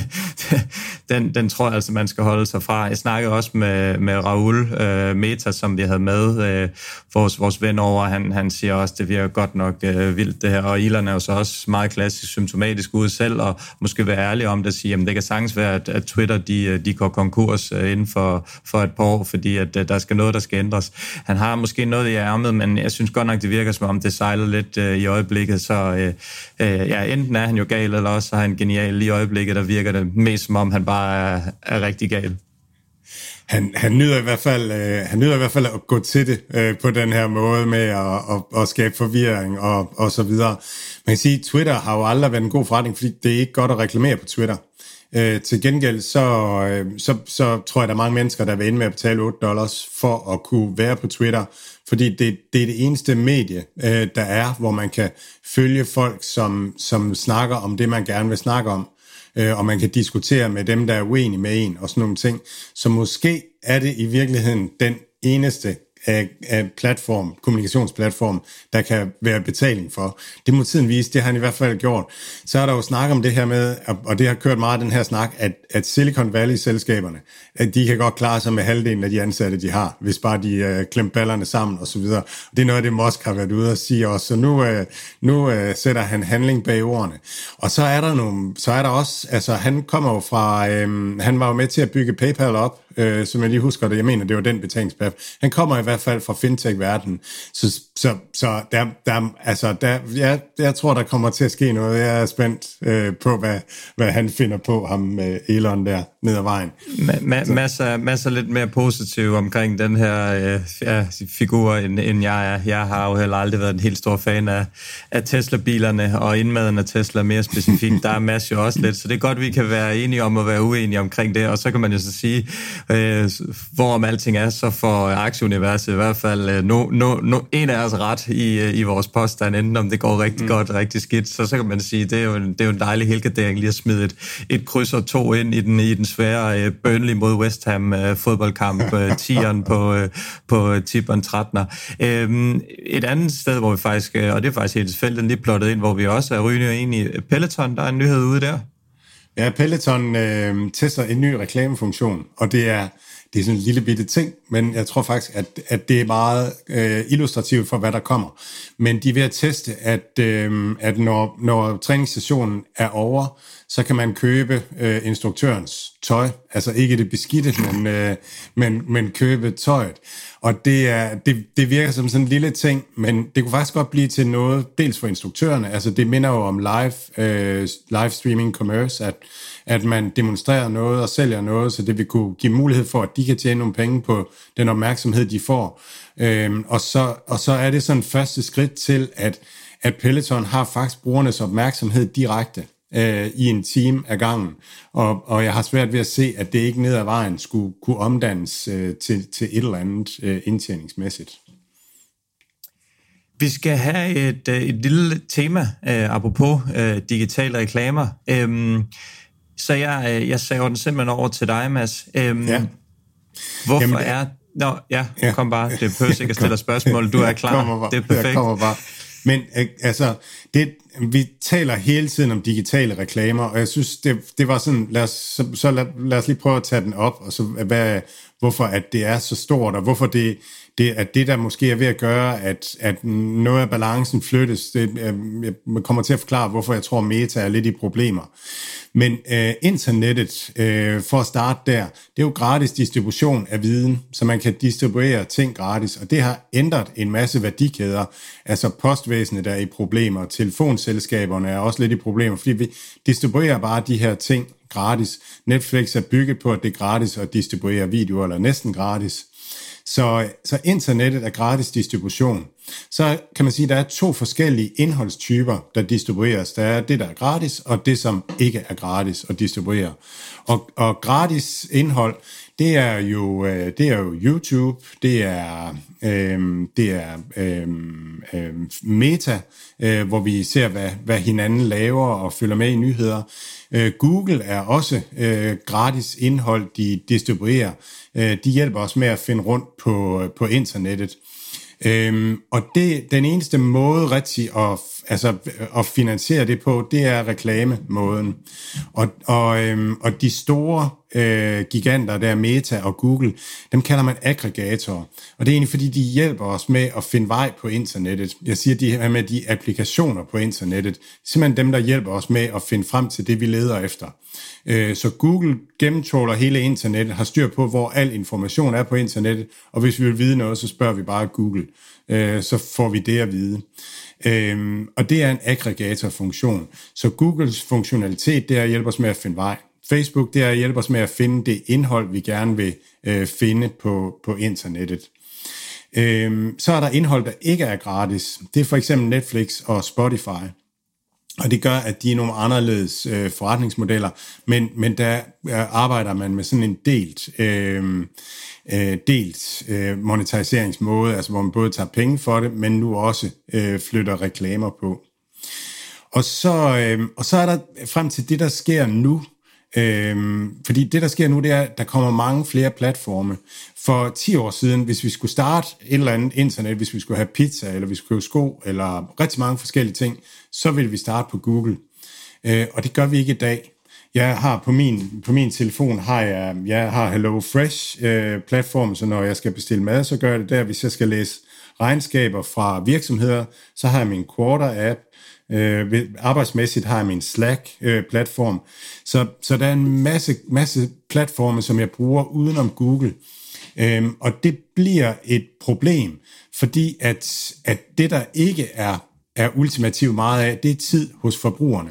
den, den tror jeg altså, man skal holde sig fra. Jeg snakkede også med, med Raoul øh, Meta, som vi havde med, øh, vores, vores ven over, han, han siger også, det virker godt nok øh, vildt det her, og Elon er jo så også meget klassisk symptomatisk ud selv, og måske være ærlig om det og sige, jamen det kan sagtens være, at, at Twitter, de, de går konkurs uh, inden for, for et par år, fordi at, uh, der skal noget, der skal ændres. Han har måske noget i ærmet, men jeg synes godt nok, det virker som om, det sejler lidt uh, i øjeblikket, så uh, uh, ja, enten er han jo gal, eller også er han genial. I øjeblikket, der virker det mest som om, han bare er, er rigtig gal. Han, han nyder i hvert fald, øh, han nyder i hvert fald at gå til det øh, på den her måde med at, at, at skabe forvirring og, og så videre. Man kan sige, at Twitter har jo aldrig været en god forretning, fordi det er ikke godt at reklamere på Twitter. Øh, til gengæld så, øh, så, så tror jeg, der er mange mennesker, der vil ende med at betale otte dollars for at kunne være på Twitter, fordi det, det er det eneste medie, øh, der er, hvor man kan følge folk, som, som snakker om det, man gerne vil snakke om. Og man kan diskutere med dem, der er uenige med en, og sådan nogle ting. Så måske er det i virkeligheden den eneste af, af platform, kommunikationsplatform, der kan være betaling for. Det må tiden vise, det har han i hvert fald gjort. Så er der jo snak om det her med, og det har kørt meget den her snak, at, at Silicon Valley-selskaberne, at de kan godt klare sig med halvdelen af de ansatte, de har, hvis bare de uh, klemmer ballerne sammen og så videre. Det er noget af det, Musk har været ude og sige også. Så nu, uh, nu uh, sætter han handling bag ordene. Og så er der nogle, så er der også, altså han kommer jo fra, um, han var jo med til at bygge PayPal op, uh, som jeg lige husker det, jeg mener, det var den betalingsplatform. Han kommer i hvert fald fra fintech-verdenen. Så, så, så der, der, altså, der, jeg, jeg tror, der kommer til at ske noget. Jeg er spændt øh, på, hvad, hvad han finder på, ham øh, Elon der ned ad vejen. Ma- ma- masser, masser lidt mere positiv omkring den her øh, ja, figur, end, end jeg er. Jeg har jo heller aldrig været en helt stor fan af, af Tesla-bilerne, og indmaden af Tesla mere specifikt. Der er Mads jo også lidt, så det er godt, vi kan være enige om at være uenige omkring det, og så kan man jo så sige, øh, hvorom alting er, så for aktieuniverset i hvert fald no, no, no, en af os ret i, i vores påstand, enten om det går rigtig mm. godt, rigtig skidt, så så kan man sige, det er jo en, det er jo en dejlig helgardering lige at smide et, et kryds og to ind i den, i den svære uh, Burnley mod West Ham uh, fodboldkamp, uh, tieren på, uh, på Tibon trettender. Um, et andet sted, hvor vi faktisk, uh, og det er faktisk helt tilfældigt lige plottet ind, hvor vi også er rygende ind i Peloton, der er en nyhed ude der. Ja, Peloton øh, tester en ny reklamefunktion, og det er det er sådan en lille bitte ting, men jeg tror faktisk, at, at det er meget øh, illustrativt for, hvad der kommer. Men de er ved at teste, at, øh, at når, når træningssessionen er over, så kan man købe øh, instruktørens tøj. Altså ikke det beskidte, men, øh, men, men købe tøjet. Og det, er, det, det virker som sådan en lille ting, men det kunne faktisk godt blive til noget, dels for instruktørerne. Altså det minder jo om live, øh, live streaming commerce, at, at man demonstrerer noget og sælger noget, så det vil kunne give mulighed for, at de kan tjene nogle penge på den opmærksomhed, de får. Øhm, og, så, og så er det sådan første skridt til, at, at Peloton har faktisk brugernes opmærksomhed direkte øh, i en time af gangen. Og, og jeg har svært ved at se, at det ikke ned ad vejen skulle kunne omdannes øh, til, til et eller andet øh, indtjeningsmæssigt. Vi skal have et, et lille tema, øh, apropos øh, digitale reklamer. Øhm, så jeg, jeg sager den simpelthen over til dig, Mads. Øhm, ja. Hvorfor Jamen, er... Nå, ja, ja. kom bare. Det behøver ikke at stille spørgsmål. Du er klar. Det er perfekt. Jeg kommer bare. Men altså, det, vi taler hele tiden om digitale reklamer, og jeg synes, det, det var sådan, lad os, så, så lad, lad os lige prøve at tage den op, og så hvad, hvorfor at det er så stort, og hvorfor det, det at det, der måske er ved at gøre, at, at noget af balancen flyttes. Det, jeg kommer til at forklare, hvorfor jeg tror, Meta er lidt i problemer. Men øh, internettet, øh, for at starte der, det er jo gratis distribution af viden, så man kan distribuere ting gratis, og det har ændret en masse værdikæder. Altså postvæsenet er i problemer, telefonselskaberne er også lidt i problemer, fordi vi distribuerer bare de her ting gratis. Netflix er bygget på, at det er gratis at distribuere videoer, eller næsten gratis. Så, så internettet er gratis distribution. Så kan man sige, at der er to forskellige indholdstyper, der distribueres. Der er det, der er gratis, og det, som ikke er gratis at distribuere. Og, og gratis indhold, det er jo, det er jo YouTube, det er, øhm, det er øhm, øhm, Meta, øh, hvor vi ser, hvad, hvad hinanden laver og følger med i nyheder. Øh, Google er også øh, gratis indhold, de distribuerer. Øh, de hjælper os med at finde rundt på, på internettet. Øhm, og det, den eneste måde rigtig at, altså, at finansiere det på, det er reklamemåden. Og, og, øhm, og de store øh, giganter, der er Meta og Google, dem kalder man aggregatorer. Og det er egentlig fordi, de hjælper os med at finde vej på internettet. Jeg siger, de er med de applikationer på internettet. Simpelthen dem, der hjælper os med at finde frem til det, vi leder efter. Øh, så Google gennemtråler hele internettet, har styr på, hvor al information er på internettet, og hvis vi vil vide noget, så spørger vi bare Google. Øh, så får vi det at vide. Øh, og det er en aggregatorfunktion. Så Googles funktionalitet, det er at hjælpe os med at finde vej. Facebook, det er at hjælpe os med at finde det indhold, vi gerne vil øh, finde på, på internettet. Øh, så er der indhold, der ikke er gratis. Det er for eksempel Netflix og Spotify. Og det gør, at de er nogle anderledes øh, forretningsmodeller, men, men der øh, arbejder man med sådan en delt, øh, øh, delt øh, monetariseringsmåde, altså hvor man både tager penge for det, men nu også øh, flytter reklamer på. Og så, øh, og så er der frem til det, der sker nu, Øhm, fordi det, der sker nu, det er, at der kommer mange flere platforme. For ti år siden, hvis vi skulle starte et eller andet internet, hvis vi skulle have pizza, eller vi skulle købe sko, eller rigtig mange forskellige ting, så ville vi starte på Google. Øh, og det gør vi ikke i dag. Jeg har på min, på min telefon, har jeg, jeg har HelloFresh øh, platform, så når jeg skal bestille mad, så gør jeg det der. Hvis jeg skal læse regnskaber fra virksomheder, så har jeg min Quarter-app. Øh, arbejdsmæssigt har jeg min Slack-platform. Øh, så, så der er en masse, masse platforme, som jeg bruger udenom Google. Øh, og det bliver et problem, fordi at, at det, der ikke er, er ultimativt meget af, det er tid hos forbrugerne.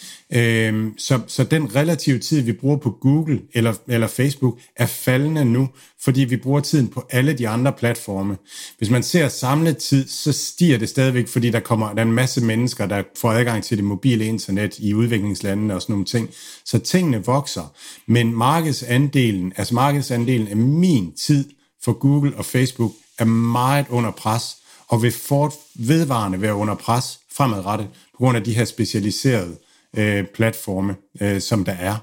Øhm, så, så den relative tid, vi bruger på Google eller, eller Facebook, er faldende nu, fordi vi bruger tiden på alle de andre platforme. Hvis man ser samlet tid, så stiger det stadigvæk, fordi der kommer der er en masse mennesker, der får adgang til det mobile internet i udviklingslandene og sådan nogle ting. Så tingene vokser, men markedsandelen, altså markedsandelen af min tid for Google og Facebook, er meget under pres, og vil fort vedvarende være under pres fremadrettet, på grund af de her specialiserede Øh, platforme, øh, som der er.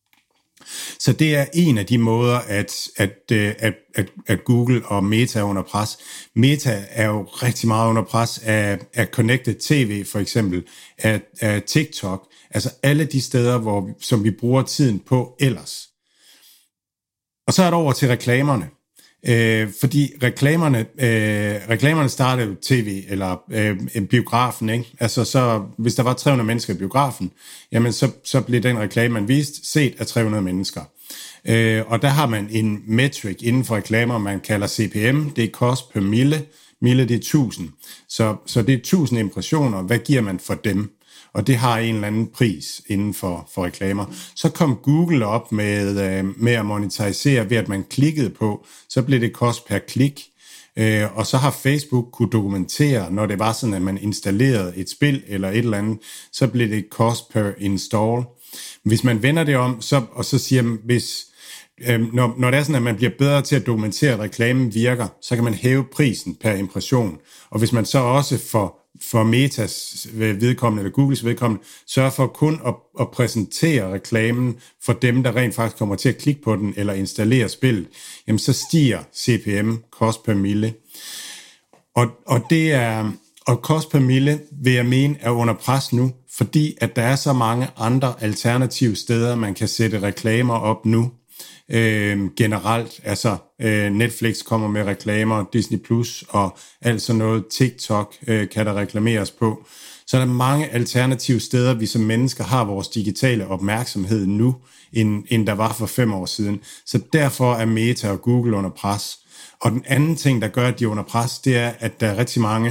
Så det er en af de måder, at, at, at, at, at Google og Meta er under pres. Meta er jo rigtig meget under pres af, af Connected T V for eksempel, af, af TikTok, altså alle de steder, hvor, som vi bruger tiden på ellers. Og så er det over til reklamerne. Øh, fordi reklamerne, øh, reklamerne startede jo tv eller øh, biografen, ikke? Altså så, hvis der var tre hundrede mennesker i biografen, jamen så, så blev den reklame, man viste, set af tre hundrede mennesker. Øh, og der har man en metric inden for reklamer, man kalder C P M, det er cost per mille, mille det er tusind. Så, så det er tusind impressioner, hvad giver man for dem? Og det har en eller anden pris inden for, for reklamer. Så kom Google op med, øh, med at monetarisere ved, at man klikkede på, så blev det kost per klik. Øh, og så har Facebook kunne dokumentere, når det var sådan, at man installerede et spil eller et eller andet, så blev det kost per install. Hvis man vender det om, så, og så siger man, hvis, øh, når, når det er sådan, at man bliver bedre til at dokumentere, at reklamen virker, så kan man hæve prisen per impression. Og hvis man så også får for Metas vedkommende, eller Googles vedkommende, sørger for kun at, at præsentere reklamen for dem, der rent faktisk kommer til at klikke på den, eller installere spillet, jamen så stiger C P M, cost per mille. Og, og det er, og cost per mille, vil jeg mene, er under pres nu, fordi at der er så mange andre alternative steder, man kan sætte reklamer op nu. Øh, generelt, altså øh, Netflix kommer med reklamer, Disney Plus og alt sådan noget, TikTok øh, kan der reklameres på. Så er der mange alternative steder, vi som mennesker har vores digitale opmærksomhed nu, end, end der var for fem år siden. Så derfor er Meta og Google under pres. Og den anden ting, der gør, at de er under pres, det er, at der er rigtig mange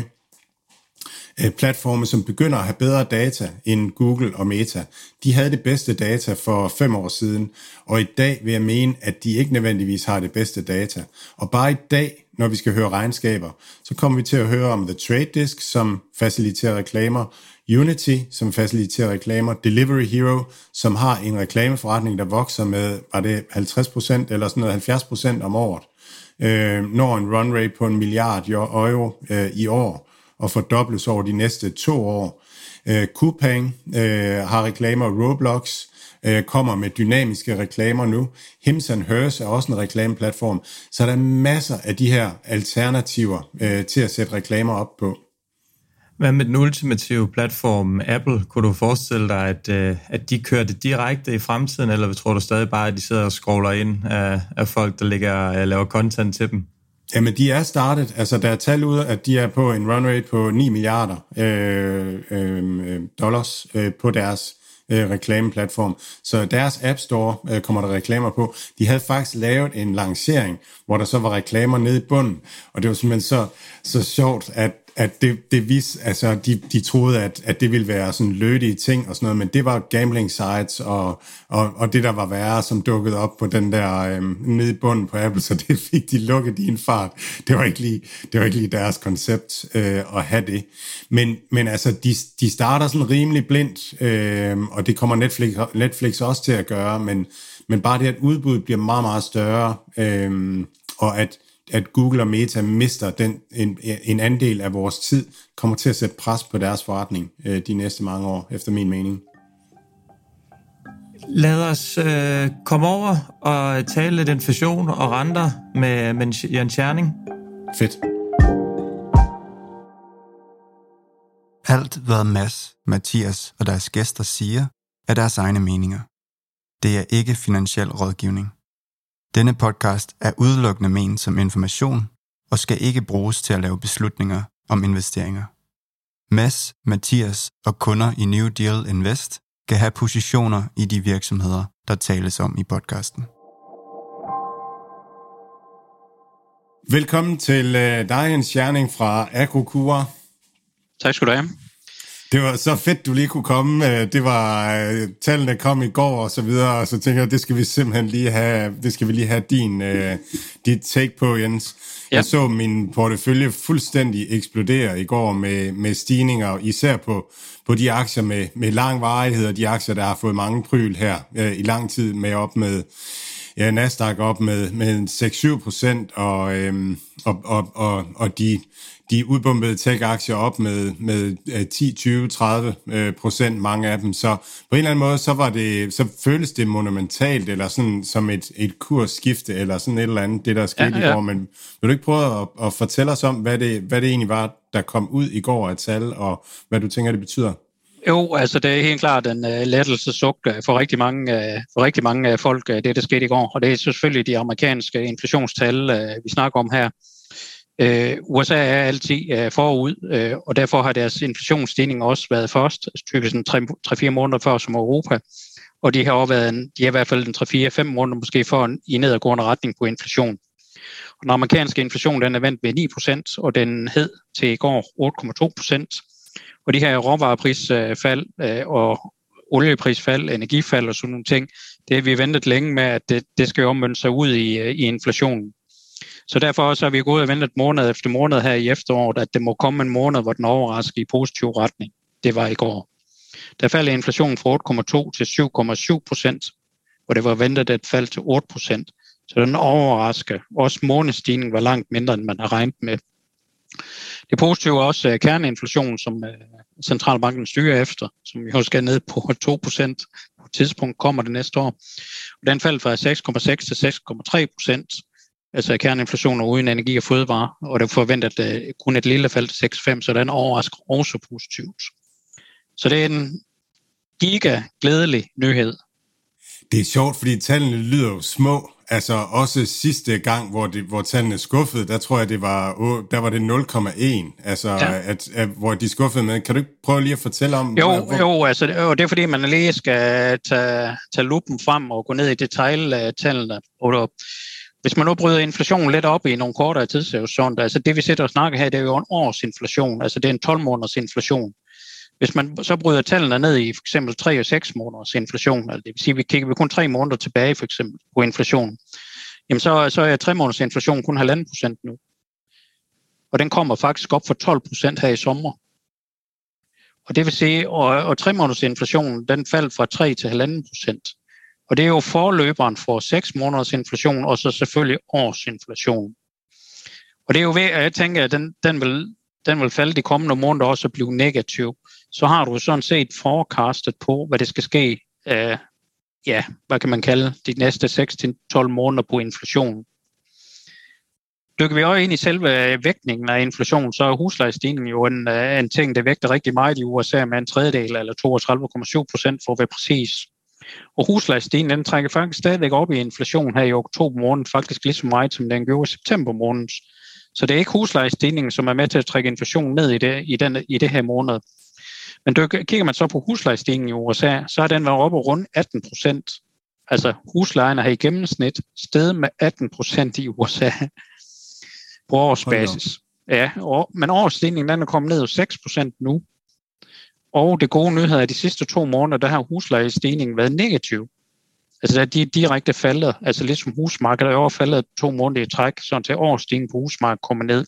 platforme, som begynder at have bedre data end Google og Meta. De havde det bedste data for fem år siden, og i dag vil jeg mene, at de ikke nødvendigvis har det bedste data. Og bare i dag, når vi skal høre regnskaber, så kommer vi til at høre om The Trade Desk, som faciliterer reklamer, Unity, som faciliterer reklamer, Delivery Hero, som har en reklameforretning, der vokser med, var det halvtreds procent eller sådan noget, halvfjerds procent om året, øh, når en run rate på en milliard euro øh, i år, og fordobles over de næste to år. Øh, Coupang øh, har reklamer, Roblox øh, kommer med dynamiske reklamer nu. Hims and Hers er også en reklameplatform. Så der er masser af de her alternativer øh, til at sætte reklamer op på. Hvad med den ultimative platform Apple? Kunne du forestille dig, at, øh, at de kører det direkte i fremtiden, eller tror du stadig bare, at de sidder og scroller ind af, af folk, der ligger og laver content til dem? Jamen, de er startet. Altså, der er tal ud, at de er på en run rate på ni milliarder øh, øh, dollars øh, på deres øh, reklameplatform. Så deres App Store øh, kommer der reklamer på. De havde faktisk lavet en lancering, hvor der så var reklamer nede i bunden. Og det var simpelthen så, så sjovt, at at det, det vis, altså de, de troede, at, at det ville være sådan lødige ting og sådan noget, men det var gambling sites og, og, og det, der var værre, som dukkede op på den der øhm, nede i bunden på Apple, så det fik de lukket i en fart. Det var ikke lige, det var ikke lige deres koncept øh, at have det. Men, men altså, de, de starter sådan rimelig blindt, øh, og det kommer Netflix, Netflix også til at gøre, men, men bare det, at udbuddet bliver meget, meget større, øh, og at at Google og Meta mister den, en, en andel af vores tid, kommer til at sætte pres på deres forretning øh, de næste mange år, efter min mening. Lad os øh, komme over og tale lidt inflation og renter med, med Jan Tscherning. Fedt. Alt, hvad Mads, Mathias og deres gæster siger, er deres egne meninger. Det er ikke finansiel rådgivning. Denne podcast er udelukkende ment som information og skal ikke bruges til at lave beslutninger om investeringer. Mads, Mathias og kunder i New Deal Invest kan have positioner i de virksomheder, der tales om i podcasten. Velkommen til uh, dig, Jan Tscherning fra AgroCura. Tak skal du have. Det var så fedt, du lige kunne komme. Det var, tallene kom i går og så videre, og så tænker jeg, det skal vi simpelthen lige have, det skal vi lige have din, uh, dit take på, Jens. Ja. Jeg så min portefølje fuldstændig eksplodere i går med, med stigninger, især på, på de aktier med, med lang varighed, og de aktier, der har fået mange pryl her uh, i lang tid, med op med, ja, Nasdaq op med, med seks til syv procent, og, øhm, og, og, og, og de... De udbombede tech-aktier op med, med ti, tyve, tredive procent, mange af dem. Så på en eller anden måde, så, var det, så føles det monumentalt, eller sådan som et, et kursskifte, eller sådan et eller andet, det der skete ja, ja. i går. Men vil du ikke prøve at, at fortælle os om, hvad det, hvad det egentlig var, der kom ud i går af tal, og hvad du tænker, det betyder? Jo, altså det er helt klart en uh, lettelsesuk for rigtig mange, uh, for rigtig mange uh, folk, uh, det der skete i går. Og det er selvfølgelig de amerikanske inflationstal, uh, vi snakker om her. Uh, U S A er altid uh, forud, uh, og derfor har deres inflationsstigning også været først, typisk tre fire måneder før som Europa. Og de har også været en, de har i hvert fald en tre fire fem måneder måske for en, i nedadgående retning på inflation. Og den amerikanske inflation den er vendt ved ni procent, og den hed til i går otte komma to procent. Og de her råvareprisfald og olieprisfald, energifald og sådan nogle ting, det har vi ventet længe med, at det, det skal jo omvende sig ud i, i inflationen. Så derfor så har vi gået og ventet måned efter måned her i efteråret, at det må komme en måned, hvor den overrasker i positiv retning. Det var i går. Der faldt inflationen fra otte komma to til syv komma syv procent, og det var ventet et fald til otte procent. Så den overrasker. Også månedsstigningen var langt mindre, end man har regnet med. Det positive er også kerneinflationen, som centralbanken styrer efter, som jo skal ned på to procent. På et tidspunkt kommer det næste år. Og den faldt fra seks komma seks til seks komma tre procent. Altså kerneinflationen uden energi og fødevare, og det forventet uh, kun et lille fald til seks komma fem, så den overrasker også positivt. Så det er en giga glædelig nyhed. Det er sjovt, fordi tallene lyder jo små. Altså også sidste gang, hvor, det, hvor tallene skuffede, der tror jeg, det var, der var det nul komma en, altså, ja. at, at, hvor de skuffede med. Kan du ikke prøve lige at fortælle om? Jo, hvor... jo altså, det er fordi, man lige skal tage, tage lupen frem og gå ned i detaljtallene. Og hvis man nu bryder inflationen lidt op i nogle kortere tidshorisonter, altså det vi sætter og snakker her, det er jo en års inflation, altså det er en tolv måneders inflation. Hvis man så bryder tallene ned i for eksempel tre og seks måneders inflation, altså det vil sige, at vi kigger kun tre måneder tilbage for eksempel på inflation, jamen så, så er tre måneders inflation kun halvanden procent nu. Og den kommer faktisk op for tolv procent her i sommer. Og det vil sige, og, og tre måneders inflation, den faldt fra tre til halvanden procent. Og det er jo forløberen for seks måneders inflation, og så selvfølgelig års inflation. Og det er jo ved, at jeg tænker, at den, den vil den vil falde de kommende måneder også og blive negativ, så har du sådan set forecastet på, hvad det skal ske, øh, ja, hvad kan man kalde, de næste seks til tolv måneder på inflationen. Dykker vi også ind i selve vægtningen af inflation, så er huslejestigningen jo en, en ting, der vægter rigtig meget i U S A med en tredjedel, eller toogtredive komma syv procent for at være præcis. Og huslejestigningen, den trækker faktisk stadigvæk op i inflation her i oktober måned, faktisk lige så meget, som den gjorde i september måned. Så det er ikke huslejestigningen, som er med til at trække inflationen ned i det, i den, i det her måned. Men du, kigger man så på huslejestigningen i U S A, så har den været oppe rundt atten procent. Altså huslejerne har i gennemsnit steget med atten procent i U S A på årsbasis. Ja, og, men årsstigningen den er kommet ned til seks procent nu. Og det gode nyhed er, at de sidste to måneder, der har huslejestigningen været negativ. Altså der de er direkte faldet, altså lidt som husmarkedet er overfaldet to måneder i træk, så til årsstigningen på husmarkedet kommer ned.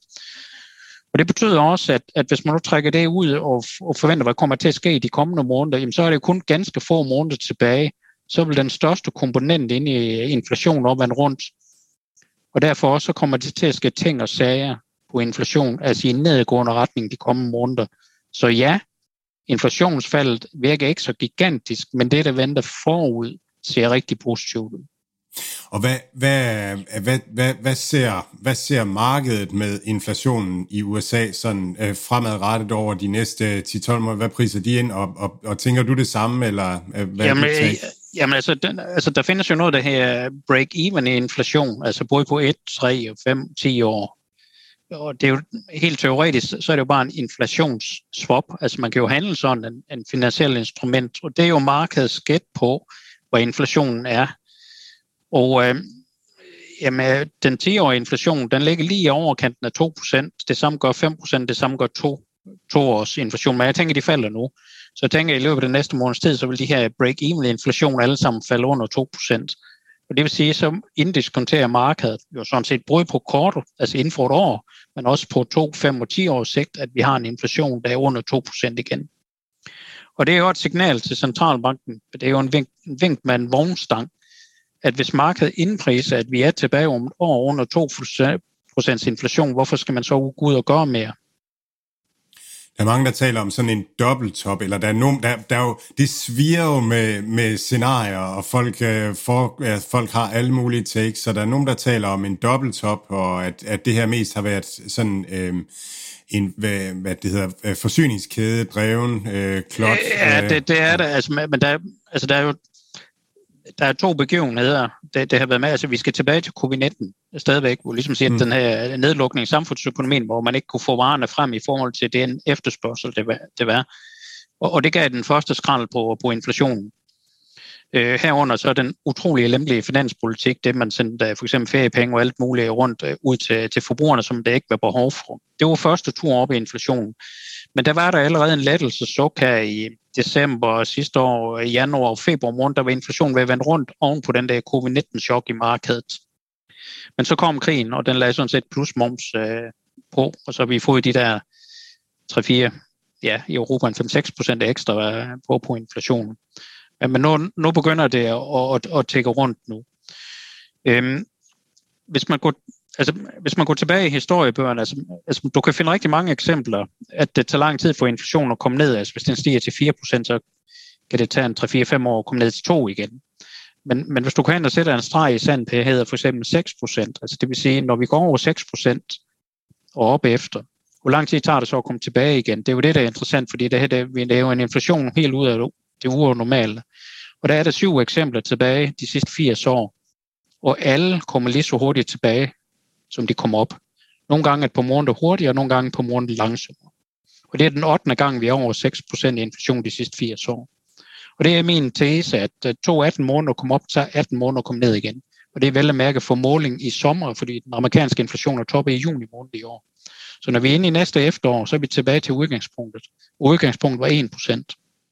Og det betyder også, at, at hvis man nu trækker det ud og, og forventer, hvad kommer til at ske i de kommende måneder, jamen, så er det kun ganske få måneder tilbage. Så vil den største komponent inde i inflationen opvande rundt. Og derfor så kommer det til at ske ting og sager på inflation, altså i en nedgående retning de kommende måneder. Så ja, inflationsfaldet virker ikke så gigantisk, men det, der venter forud, ser rigtig positivt ud. Og hvad, hvad, hvad, hvad, hvad, ser, hvad ser markedet med inflationen i U S A sådan øh, fremadrettet over de næste ti til tolv måneder? Hvad priser de ind, og, og, og tænker du det samme, eller øh, hvad jamen, er det? Jamen altså, den, altså, der findes jo noget, der her break-even i inflation, altså både på et, tre, fem, ti år. Og det er jo helt teoretisk, så er det jo bare en inflationsswap. Altså man kan jo handle sådan en, en finansiel instrument, og det er jo markedets gæt på, hvor inflationen er. Og øh, jamen, den ti-årige inflation, den ligger lige i overkanten af to procent. Det samme gør fem procent, det samme gør to, to års inflation. Men jeg tænker, de falder nu. Så jeg tænker, at i løbet af den næste måneds tid, så vil de her break-even inflation alle sammen falde under to procent. Og det vil sige, så indiskonterer markedet jo sådan set både på kort, altså inden for et år, men også på to, fem og ti års sigt, at vi har en inflation, der er under to procent igen. Og det er jo et signal til centralbanken. Det er jo en vink, en vink med en vognstang, at hvis markedet indpriser, at vi er tilbage om et år under to procent inflation, hvorfor skal man så gå ud og gøre mere? Der er mange, der taler om sådan en dobbelttop, eller der er nogen, der, der er jo, det sviger jo med, med scenarier, og folk, øh, for, ja, folk har alle mulige takes, så der er nogen, der taler om en dobbelttop, og at, at det her mest har været sådan øh, en, hvad, hvad det hedder, forsyningskæde dreven øh, klot. Ja, det, det er det, altså, men der, altså, der er jo der er to begivenheder, det, det har været med, altså vi skal tilbage til covid nitten stadigvæk, hvor ligesom siger, at den her nedlukning i samfundsøkonomien, hvor man ikke kunne få varerne frem i forhold til den efterspørgsel, det var. Det var. Og, og det gav den første skrald på, på inflationen. Øh, herunder så den utrolig elendige finanspolitik, det man sendte for eksempel feriepenge og alt muligt rundt øh, ud til, til forbrugerne, som det ikke var behov for. Det var første tur op i inflationen. Men der var der allerede en lettelsessuk her i december sidste år, i januar og februar måned, der var inflationen ved at vende rundt oven på den der covid nitten-chok i markedet. Men så kom krigen, og den lagde sådan set plus moms øh, på, og så har vi fået de der tre fire, ja, i Europa en fem til seks procent ekstra på på inflationen. Men nu, nu begynder det at, at, at tække rundt nu. Øhm, hvis man går Altså, hvis man går tilbage i historiebøgerne, altså, altså, du kan finde rigtig mange eksempler, at det tager lang tid for inflationen at komme ned. Altså, hvis den stiger til fire procent, så kan det tage en tre fire fem år at komme ned til to igen. Men, men hvis du kan hen og sætte en streg i sand, det hedder for eksempel seks procent. Altså, det vil sige, når vi går over seks procent og op efter, hvor lang tid tager det så at komme tilbage igen? Det er jo det, der er interessant, fordi det, her, det er jo en inflation helt ud af det unormale. Og der er der syv eksempler tilbage de sidste firs år, og alle kommer lige så hurtigt tilbage, som de kommer op. Nogle gange et par måneder hurtigere, og nogle gange på måneder langsommere. Og det er den ottende gang, vi er over seks procent i inflation de sidste firs år. Og det er min tese, at to atten måneder kommer op, så atten måneder kommer ned igen. Og det er vel at mærke for måling i sommer, fordi den amerikanske inflation er toppet i juni måned i år. Så når vi er inde i næste efterår, så er vi tilbage til udgangspunktet. Udgangspunktet var en procent.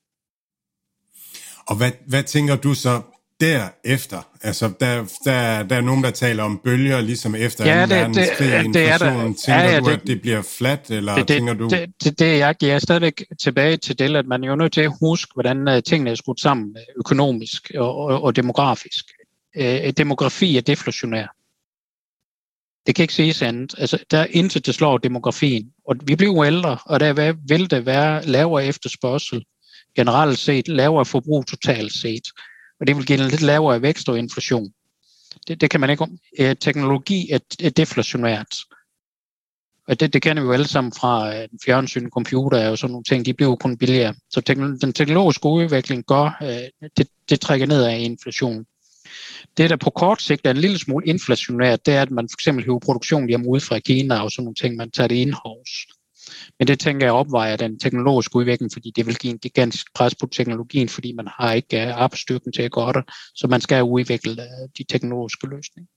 Og hvad, hvad tænker du så derefter? Altså, der, der, der er nogen, der taler om bølger, ligesom efter ja, anden verdenskrig, det, det, inflationen. Det tænker ja, ja, du, det, at det bliver fladt, eller det, det, tænker du... Det, det, det jeg giver stadigvæk tilbage til det, at man er jo nødt til at huske, hvordan tingene er skudt sammen økonomisk og, og, og demografisk. Øh, demografi er deflationær. Det kan ikke siges andet. Altså, der er intet, der slår demografien. Og vi bliver ældre, og der vil det være lavere efterspørgsel, generelt set, lavere forbrug totalt set. Og det vil give en lidt lavere vækst og inflation. Det, det kan man ikke om. Eh, teknologi er, er deflationært. Og det, det kender vi jo alle sammen fra uh, fjernsyn, computer og sådan nogle ting. De bliver jo kun billigere. Så teknolo- den teknologiske udvikling gør, uh, det, det trækker ned af inflation. Det, der på kort sigt er en lille smule inflationært, det er, at man for eksempel hiver produktion hjemme ude fra Kina og sådan nogle ting, man tager det in-house. Men det tænker jeg opvejer den teknologiske udvikling, fordi det vil give en gigantisk pres på teknologien, fordi man har ikke arbejdsstyrken til at gøre det, så man skal udvikle de teknologiske løsninger.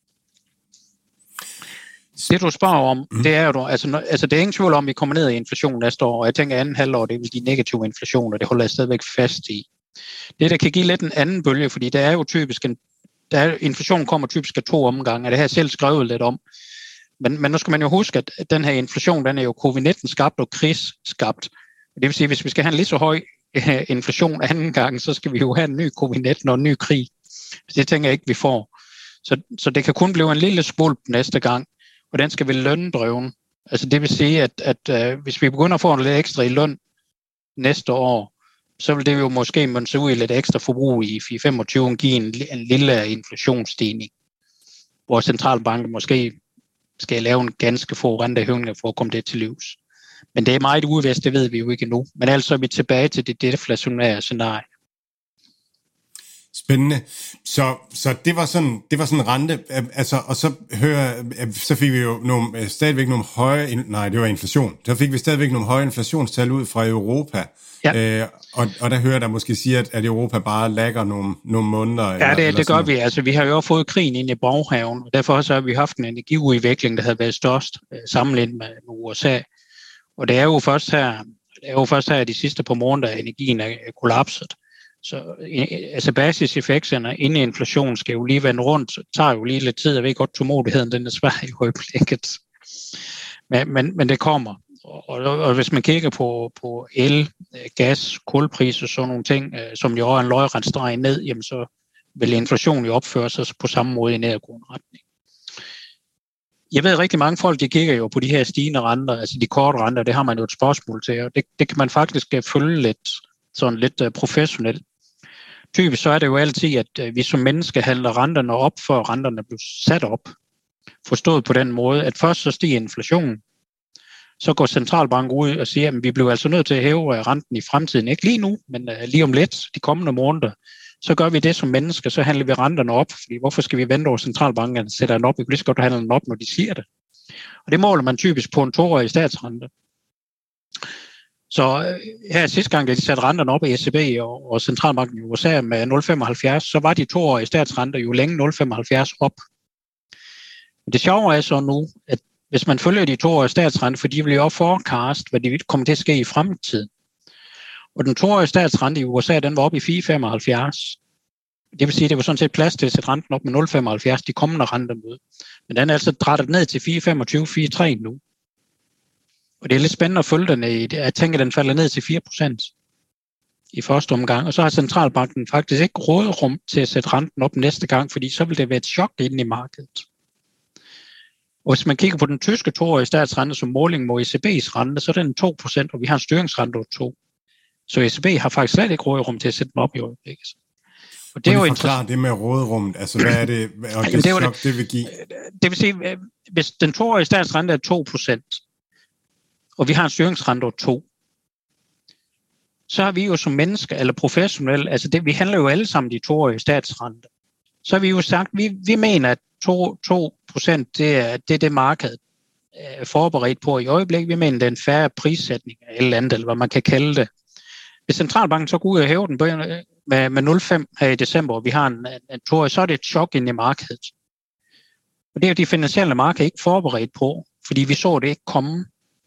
Det du spørger om, mm. det er jo, altså, altså det er ingen tvivl om, at vi kommer ned i inflation næste år, og jeg tænker, at anden halvår, det vil give negativ inflation, og det holder jeg stadigvæk fast i. Det, der kan give lidt en anden bølge, fordi det er jo typisk en, der er, inflation kommer typisk af to omgange, og det har jeg selv skrevet lidt om. Men, men nu skal man jo huske, at den her inflation, den er jo covid nitten skabt og krigsskabt. Det vil sige, at hvis vi skal have en lige så høj uh, inflation anden gang, så skal vi jo have en ny covid nitten og en ny krig. Det tænker jeg ikke, vi får. Så, så det kan kun blive en lille skvulp næste gang, og den skal være løndreven. Altså det vil sige, at, at uh, hvis vi begynder at få lidt ekstra i løn næste år, så vil det jo måske mønse ud i lidt ekstra forbrug i fire femogtyve og give en, en lille inflationsstigning, hvor centralbanken måske skal lave en ganske få rentehævninger for at komme det til livs. Men det er meget uvist, det ved vi jo ikke endnu. Men altså er vi tilbage til det deflationære scenarie. Spændende. Så, så det var sådan, det var sådan rente, altså, og så hører, så fik vi jo nogle, stadigvæk nogle høje, nej, det var inflation. Så fik vi stadigvæk nogle høje inflationstal ud fra Europa. Ja. Øh, og, og der hører der måske sige, at, at Europa bare lagger nogle, nogle måneder. Ja, eller, det, eller det gør vi. Altså, vi har jo fået krigen ind i baghaven, og derfor så har vi haft en energiudvikling, der havde været størst øh, sammenlignet med U S A. Og det er jo først her, det er jo først her de sidste par måneder, at energien er kollapset. Så altså basiseffekterne inden i inflationen skal jo lige vende rundt, så tager jo lige lidt tid. Jeg ved godt, tålmodigheden den er svær i øjeblikket. Men, men, men det kommer. Og, og, og hvis man kigger på, på el, gas, kulpriser og sådan nogle ting, som jo er en løjrensstreg ned, jamen så vil inflationen jo opføre sig på samme måde i nedadgående retning. Jeg ved rigtig mange folk, de kigger jo på de her stigende renter, altså de korte renter, det har man jo et spørgsmål til, og det, det kan man faktisk følge lidt, sådan lidt uh, professionelt. Typisk så er det jo altid, at uh, vi som mennesker handler renterne op, før renterne bliver sat op. Forstået på den måde, at først så stiger inflationen, så går centralbanken ud og siger, at vi bliver altså nødt til at hæve renten i fremtiden. Ikke lige nu, men uh, lige om lidt, de kommende måneder. Så gør vi det som mennesker, så handler vi renterne op, fordi hvorfor skal vi vente over centralbanken og sætte den op? Vi kan lige så godt handle den op, når de siger det. Og det måler man typisk på en toårig statsrente. Så her sidste gang, da de satte renterne op i E C B og, og centralbanken i U S A med nul komma femoghalvfjerds, så var de toårige statsrenter jo længe nul komma femoghalvfjerds op. Men det sjove er så nu, at hvis man følger de toårige statsrenter, for de vil jo forecast, hvad de kommer til at ske i fremtiden. Og den toårige statsrente i U S A, den var oppe i fire komma femoghalvfjerds. Det vil sige, at det var sådan set plads til at sætte renten op med nul komma femoghalvfjerds de kommende rentemøde. Men den er altså drættet ned til fire komma femogtyve til fire komma tre nu. Og det er lidt spændende at følge den i. Jeg tænker, at den falder ned til fire procent i første omgang. Og så har centralbanken faktisk ikke råderum til at sætte renten op næste gang, fordi så vil det være et chok inde i markedet. Og hvis man kigger på den tyske toårige statsrente som måling mod E C B's rente, så er den to procent, og vi har en styringsrente på to. Så E C B har faktisk slet ikke råderum til at sætte den op i øjeblikket. Og det er jo interessant. Det med råderummet, altså hvad er det, og det, det, chok, det vil give? Det vil sige, hvis den toårige statsrente er to procent, og vi har en styringsrente på to, så har vi jo som mennesker eller professionelle, altså det, vi handler jo alle sammen de toårige statsrente, så har vi jo sagt, vi, vi mener, at to procent det er, det er det markedet er forberedt på i øjeblikket. Vi mener, det er en færre prissætning af et eller andet, eller hvad man kan kalde det. Hvis centralbanken så går ud og hæver den med, med nul komma fem her i december, og vi har en, en, en toårig, så er det et chok ind i markedet. Og det er jo de finansielle markeder ikke forberedt på, fordi vi så det ikke komme.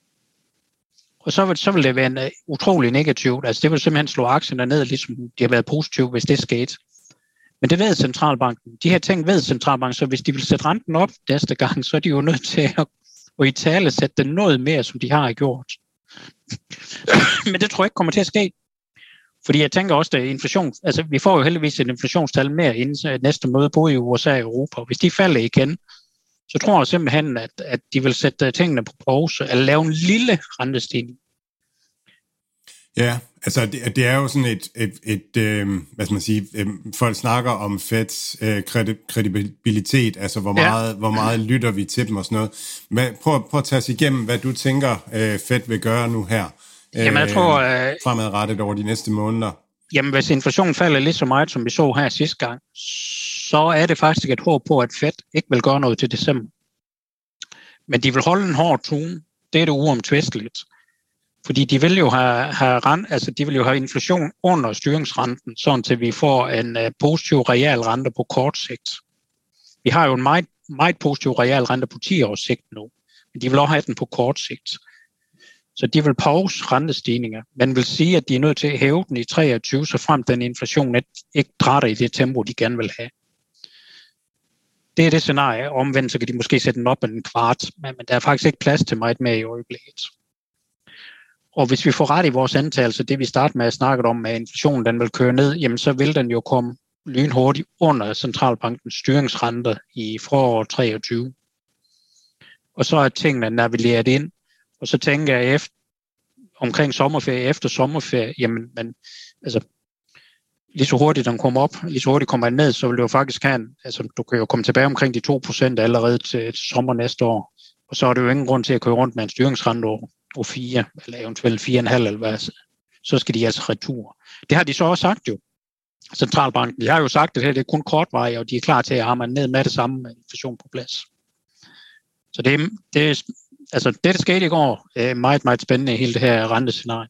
Og så vil, så vil det være en, uh, utrolig negativt. Altså det vil simpelthen slå aktierne ned, ligesom de har været positive, hvis det skete. Men det ved centralbanken. De her ting ved centralbanken, så hvis de vil sætte renten op næste gang, så er de jo nødt til at, at i tale sætte den noget mere, som de har gjort. Men det tror jeg ikke kommer til at ske. Fordi jeg tænker også, at inflation, altså vi får jo heldigvis et inflationstal mere inden næste møde, både i U S A og Europa. Hvis de falder igen, så tror jeg simpelthen, at, at de vil sætte tingene på pause, eller lave en lille rentestigning. Ja, altså det, det er jo sådan et, et, et øh, hvad skal man sige, øh, folk snakker om Feds øh, kredibilitet, altså hvor meget, ja. hvor meget lytter vi til dem og sådan noget. Men prøv, prøv at tage os igennem, hvad du tænker, øh, Fed vil gøre nu her, øh, jamen, jeg tror, øh, fremadrettet over de næste måneder. Jamen, hvis inflationen falder lige så meget, som vi så her sidste gang, så er det faktisk et håb på, at Fed ikke vil gøre noget til december. Men de vil holde en hård tone, det er det uomtvisteligt. Fordi de vil jo have, have, rent, altså de vil jo have inflation under styringsrenten, sådan til vi får en uh, positiv real rente på kort sigt. Vi har jo en meget, meget positiv real rente på ti års sigt nu, men de vil også have den på kort sigt. Så de vil pause rentestigninger, men vil sige, at de er nødt til at hæve den i treogtyve, så frem den inflation ikke drætter i det tempo, de gerne vil have. Det er det scenarie. Omvendt så kan de måske sætte den op en kvart, men der er faktisk ikke plads til meget mere i øjeblikket. Og hvis vi får ret i vores antagelse, det vi starter med at snakke om, at inflationen den vil køre ned, jamen så vil den jo komme lynhurtigt under centralbankens styringsrente i foråret treogtyve. Og så er tingene navigeret ind, og så tænker jeg efter, omkring sommerferie, efter sommerferie, jamen men, altså, lige så hurtigt den kommer op, lige så hurtigt kommer den ned, så vil det jo faktisk have en, altså du kan jo komme tilbage omkring de to procent allerede til, til sommer næste år. Og så er det jo ingen grund til at køre rundt med en styringsrente over og fire, eller eventuelt fire komma fem, eller hvad, så skal de altså retur. Det har de så også sagt jo. Centralbanken, de har jo sagt, at det her det er kun kortvarigt, og de er klar til at hamre ned med det samme med inflation på plads. Så det, det, altså det, der skete i går, er meget, meget spændende i hele det her rentescenarie.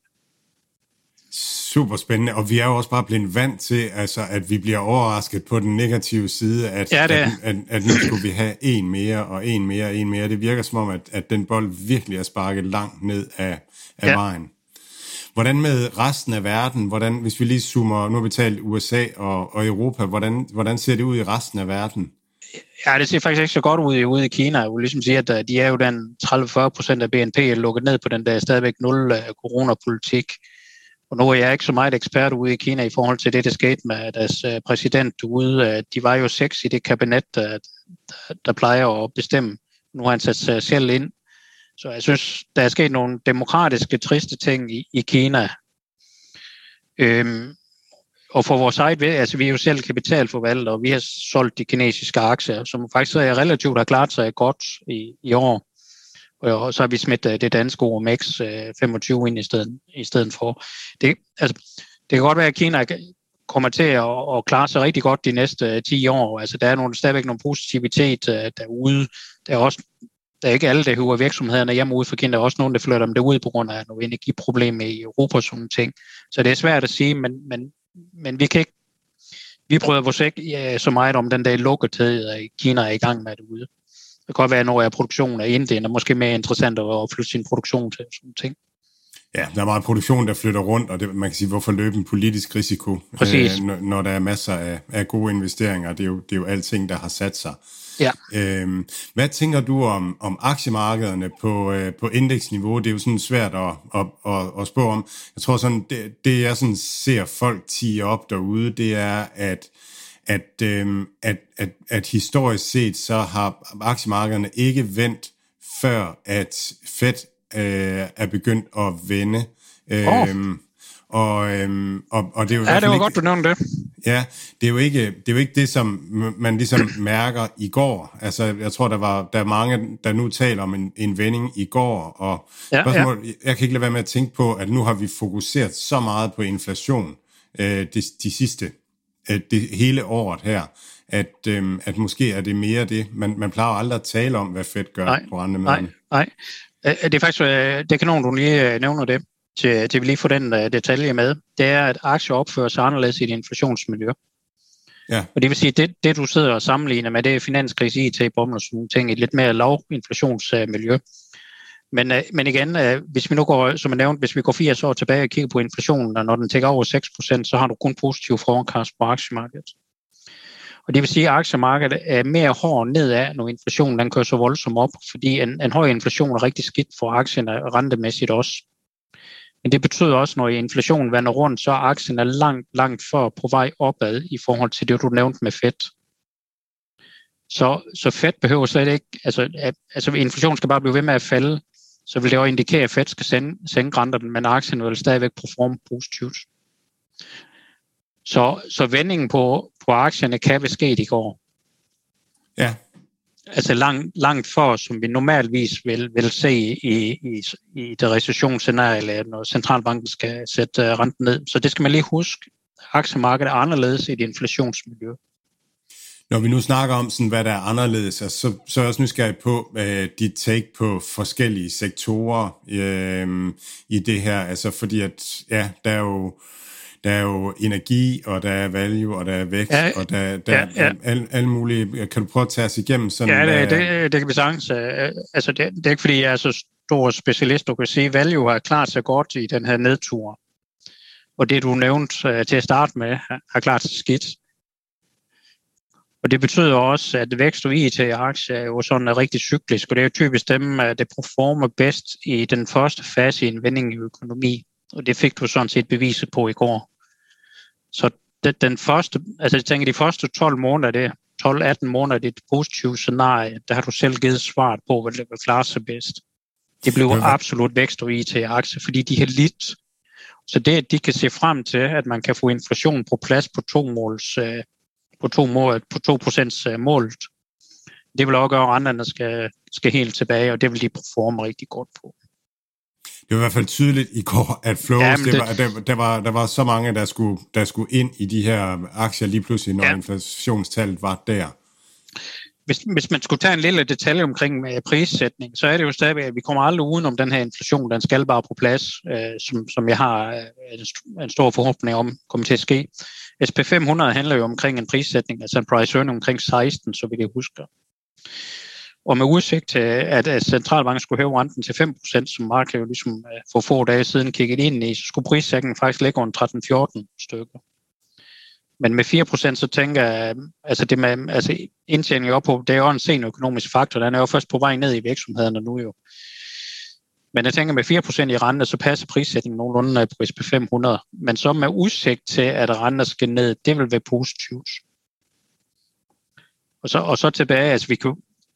Super spændende, og vi er jo også bare blevet vant til, altså, at vi bliver overrasket på den negative side, at, ja, at, at, at nu skulle vi have en mere, og en mere, og en mere. Det virker som om, at, at den bold virkelig er sparket langt ned af, af ja. vejen. Hvordan med resten af verden? Hvordan, hvis vi lige zoomer, nu har vi talt U S A og, og Europa, hvordan, hvordan ser det ud i resten af verden? Ja, det ser faktisk ikke så godt ud ude i Kina. Jeg vil ligesom sige, at de er jo den tredive til fyrre procent af B N P er lukket ned på den der stadigvæk nul coronapolitik. Og nu er jeg ikke så meget ekspert ude i Kina i forhold til det, der skete med deres præsident ude. De var jo seks i det kabinet, der, der plejer at bestemme nu har han sat sig selv ind. Så jeg synes, der er sket nogle demokratiske, triste ting i, i Kina. Øhm, og for vores eget ved, altså vi er jo selv kapitalforvaltere, og vi har solgt de kinesiske aktier, som faktisk er relativt har klaret sig godt i, i år. Og så har vi smidt det danske O M X femogtyve ind i stedet, i stedet for. Det, altså, det kan godt være, at Kina kommer til at, at klare sig rigtig godt de næste ti år. Altså, der er nogle, stadigvæk nogle positivitet derude. Der er også der er ikke alle, der hiver virksomhederne hjemme ud for Kina. Der er også nogen, der flytter dem derud på grund af nogle energiproblemer i Europa og sådan ting. Så det er svært at sige, men, men, men vi kan ikke vi prøver vores ikke ja, så meget om den der lukkethed, at Kina er i gang med derude. Det kan godt være, når produktionen af Indien er måske mere interessant at flytte sin produktion til sådan ting. Ja, der er meget produktion, der flytter rundt, og det, man kan sige, hvorfor løbe en politisk risiko, øh, når, når der er masser af, af gode investeringer. Det er, jo, det er jo alting, der har sat sig. Ja. Øhm, hvad tænker du om, om aktiemarkederne på, øh, på indeksniveau? Det er jo sådan svært at, at, at, at spå om. Jeg tror sådan, det, det jeg sådan ser folk tige op derude, det er, at At, øhm, at, at, at historisk set, så har aktiemarkederne ikke vendt, før at Fed øh, er begyndt at vende. Øhm, oh. og, øhm, og, og det er jo ja, det var ikke, godt, du nævnte det. Ja, det er, jo ikke, det er jo ikke det, som man ligesom mærker i går. Altså, jeg tror, der var der er mange, der nu taler om en, en vending i går, og ja, spørgsmål, ja. jeg kan ikke lade være med at tænke på, at nu har vi fokuseret så meget på inflation øh, de, de sidste det hele året her, at, øhm, at måske er det mere det. Man, man plejer aldrig at tale om, hvad Fed gør nej, på rentemøderne. Nej, nej. Det er faktisk, det kan nogen, du lige nævner det, til, til vi lige får den uh, detalje med. Det er, at aktier opfører sig anderledes i et inflationsmiljø. Ja. Og det vil sige, det, det du sidder og sammenligner med, det er finanskrise, I T-bomben og sådan nogle ting, i et lidt mere lav inflationsmiljø. Men, uh, men igen, uh, hvis vi nu går, som jeg nævnte, hvis vi går firs år tilbage og kigger på inflationen, og når den tækker over seks procent, så har du kun positiv forecast på aktiemarkedet. Og det vil sige, at aktiemarkedet er mere hård nedad, når inflationen den kører så voldsomt op, fordi en, en høj inflation er rigtig skidt for aktierne rentemæssigt også. Men det betyder også, når inflationen vander rundt, så er aktierne langt, langt før på vej opad i forhold til det, du nævnte med Fed. Så, så Fed behøver slet ikke, altså, altså inflationen skal bare blive ved med at falde, så vil det også indikere, at Fed skal sænke, sænke renterne, men aktierne vil stadigvæk performe positivt. Så, så vendingen på, på aktierne kan være sket i går. Ja. Altså langt, langt for, som vi normalvis vil, vil se i, i, i det recessionsscenarie, når centralbanken skal sætte renten ned. Så det skal man lige huske. Aktiemarkedet er anderledes i et inflationsmiljø. Når vi nu snakker om, sådan, hvad der er anderledes, så, så er jeg også nysgerrig på øh, dit take på forskellige sektorer øh, i det her. Altså fordi, at ja, der er jo der er jo energi, og der er value, og der er vækst, ja, og der, der ja, ja. er alle al mulige. Kan du prøve at tage os igennem sådan? Ja, det, det, det kan vi sagtens. Altså, det, det er ikke, fordi jeg er så stor specialist, du kan sige, value har klart sig godt i den her nedtur. Og det, du nævnte til at starte med, har klart sig skidt. Og det betyder også, at vækst og I T-aktier er jo sådan rigtig cyklisk, og det er jo typisk dem, der performer bedst i den første fase i en vending i økonomi. Og det fik du sådan set beviset på i går. Så det, den første, altså jeg tænker, de første tolv måneder, det tolv atten måneder, det er et positivt scenarie, der har du selv givet svaret på, hvad det vil klare sig bedst. Det bliver ja. absolut vækst og I T-aktier, fordi de har lidt. Så det, at de kan se frem til, at man kan få inflation på plads på to måls, på to mål, på to procents målet, det vil også gøre, at renterne skal, skal helt tilbage, og det vil de performe rigtig godt på. Det var i hvert fald tydeligt i går, at flows, ja, det... Det var, der, der, var, der var så mange, der skulle, der skulle ind i de her aktier lige pludselig, når ja. inflationstallet var der. Hvis, hvis man skulle tage en lille detalje omkring prissætning, så er det jo stadigvæk, at vi kommer aldrig uden om den her inflation, den skal bare på plads, øh, som, som jeg har en, en stor forhåbning om kommer til at ske. S P fem hundrede handler jo omkring en prissætning, altså en price earning omkring seksten, så vi kan huske. Og med udsigt til, at centralbanken skulle hæve renten til fem procent, som markedet jo ligesom for få dage siden kiggede ind i, så skulle prissætningen faktisk ligge under tretten fjorten stykker. Men med fire procent, så tænker jeg, altså det med altså indtjening op på, det er jo en sen økonomisk faktor, den er jo først på vej ned i virksomhederne nu jo. Men jeg tænker, med fire procent i rente, så passer prissætningen nogenlunde på S P fem hundrede. Men så med udsigt til, at renter skal ned, det vil være positivt. Og så, og så tilbage, altså vi kunne,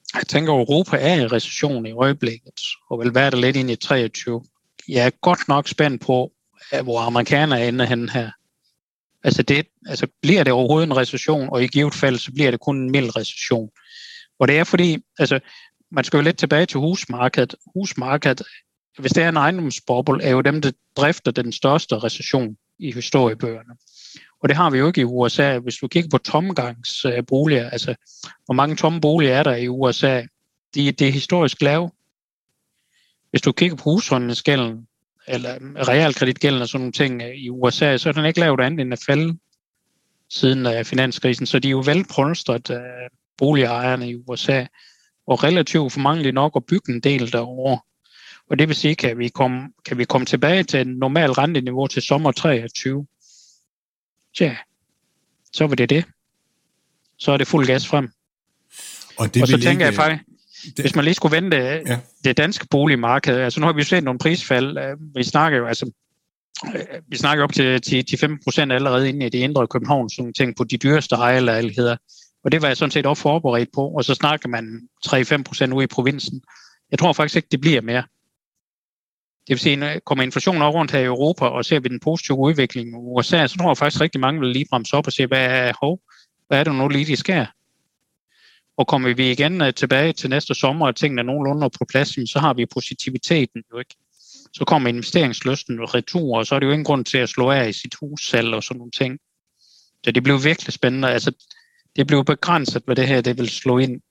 Jeg tænker, at Europa er i recession i øjeblikket, og vil være der lidt ind i treogtyve. Jeg er godt nok spændt på, hvor amerikanerne ender henne her. Altså, det, altså bliver det overhovedet en recession, og i givet fald, så bliver det kun en mild recession. Og det er fordi, altså, man skal jo lidt tilbage til husmarkedet. Husmarkedet, hvis det er en ejendomsboble, er jo dem, der drifter den største recession i historiebøgerne. Og det har vi jo ikke i U S A. Hvis du kigger på tomgangsboliger, altså hvor mange tomme boliger er der i U S A, de, det er historisk lave. Hvis du kigger på husholdningsgælden, eller realkreditgælden og sådan nogle ting i U S A, så er den ikke lavet andet end at falde siden af finanskrisen. Så de er jo velpolstret af boligejerne i U S A, og relativt formangelig nok at bygge en del derovre. Og det vil sige, kan vi komme, kan vi komme tilbage til en normal renteniveau til sommer treogtyve? Tja, så var det det. Så er det fuld gas frem. Og, det og så tænker ikke, jeg faktisk, det, hvis man lige skulle vente ja. det danske boligmarked, altså nu har vi jo set nogle prisfald. Vi snakker jo altså, vi snakker op til, til, til femten procent allerede inde i det indre København, sådan ting på de dyreste ejerlejligheder. Og det var jeg sådan set også forberedt på, og så snakker man tre til fem procent ude i provinsen. Jeg tror faktisk ikke, det bliver mere. Det vil sige, når kommer inflationen over rundt her i Europa, og ser vi den positive udvikling i U S A, så tror jeg faktisk rigtig mange vil lige bremse op og se, hvad er, hov, hvad er det nu lige, de sker? Og kommer vi igen tilbage til næste sommer, og tingene er nogenlunde på plads, så har vi positiviteten jo ikke. Så kommer investeringslysten og retur, og så er det jo ingen grund til at slå af i sit hussalg og sådan nogle ting. Så det blev virkelig spændende. Altså, det blev begrænset, hvad det her det vil slå ind.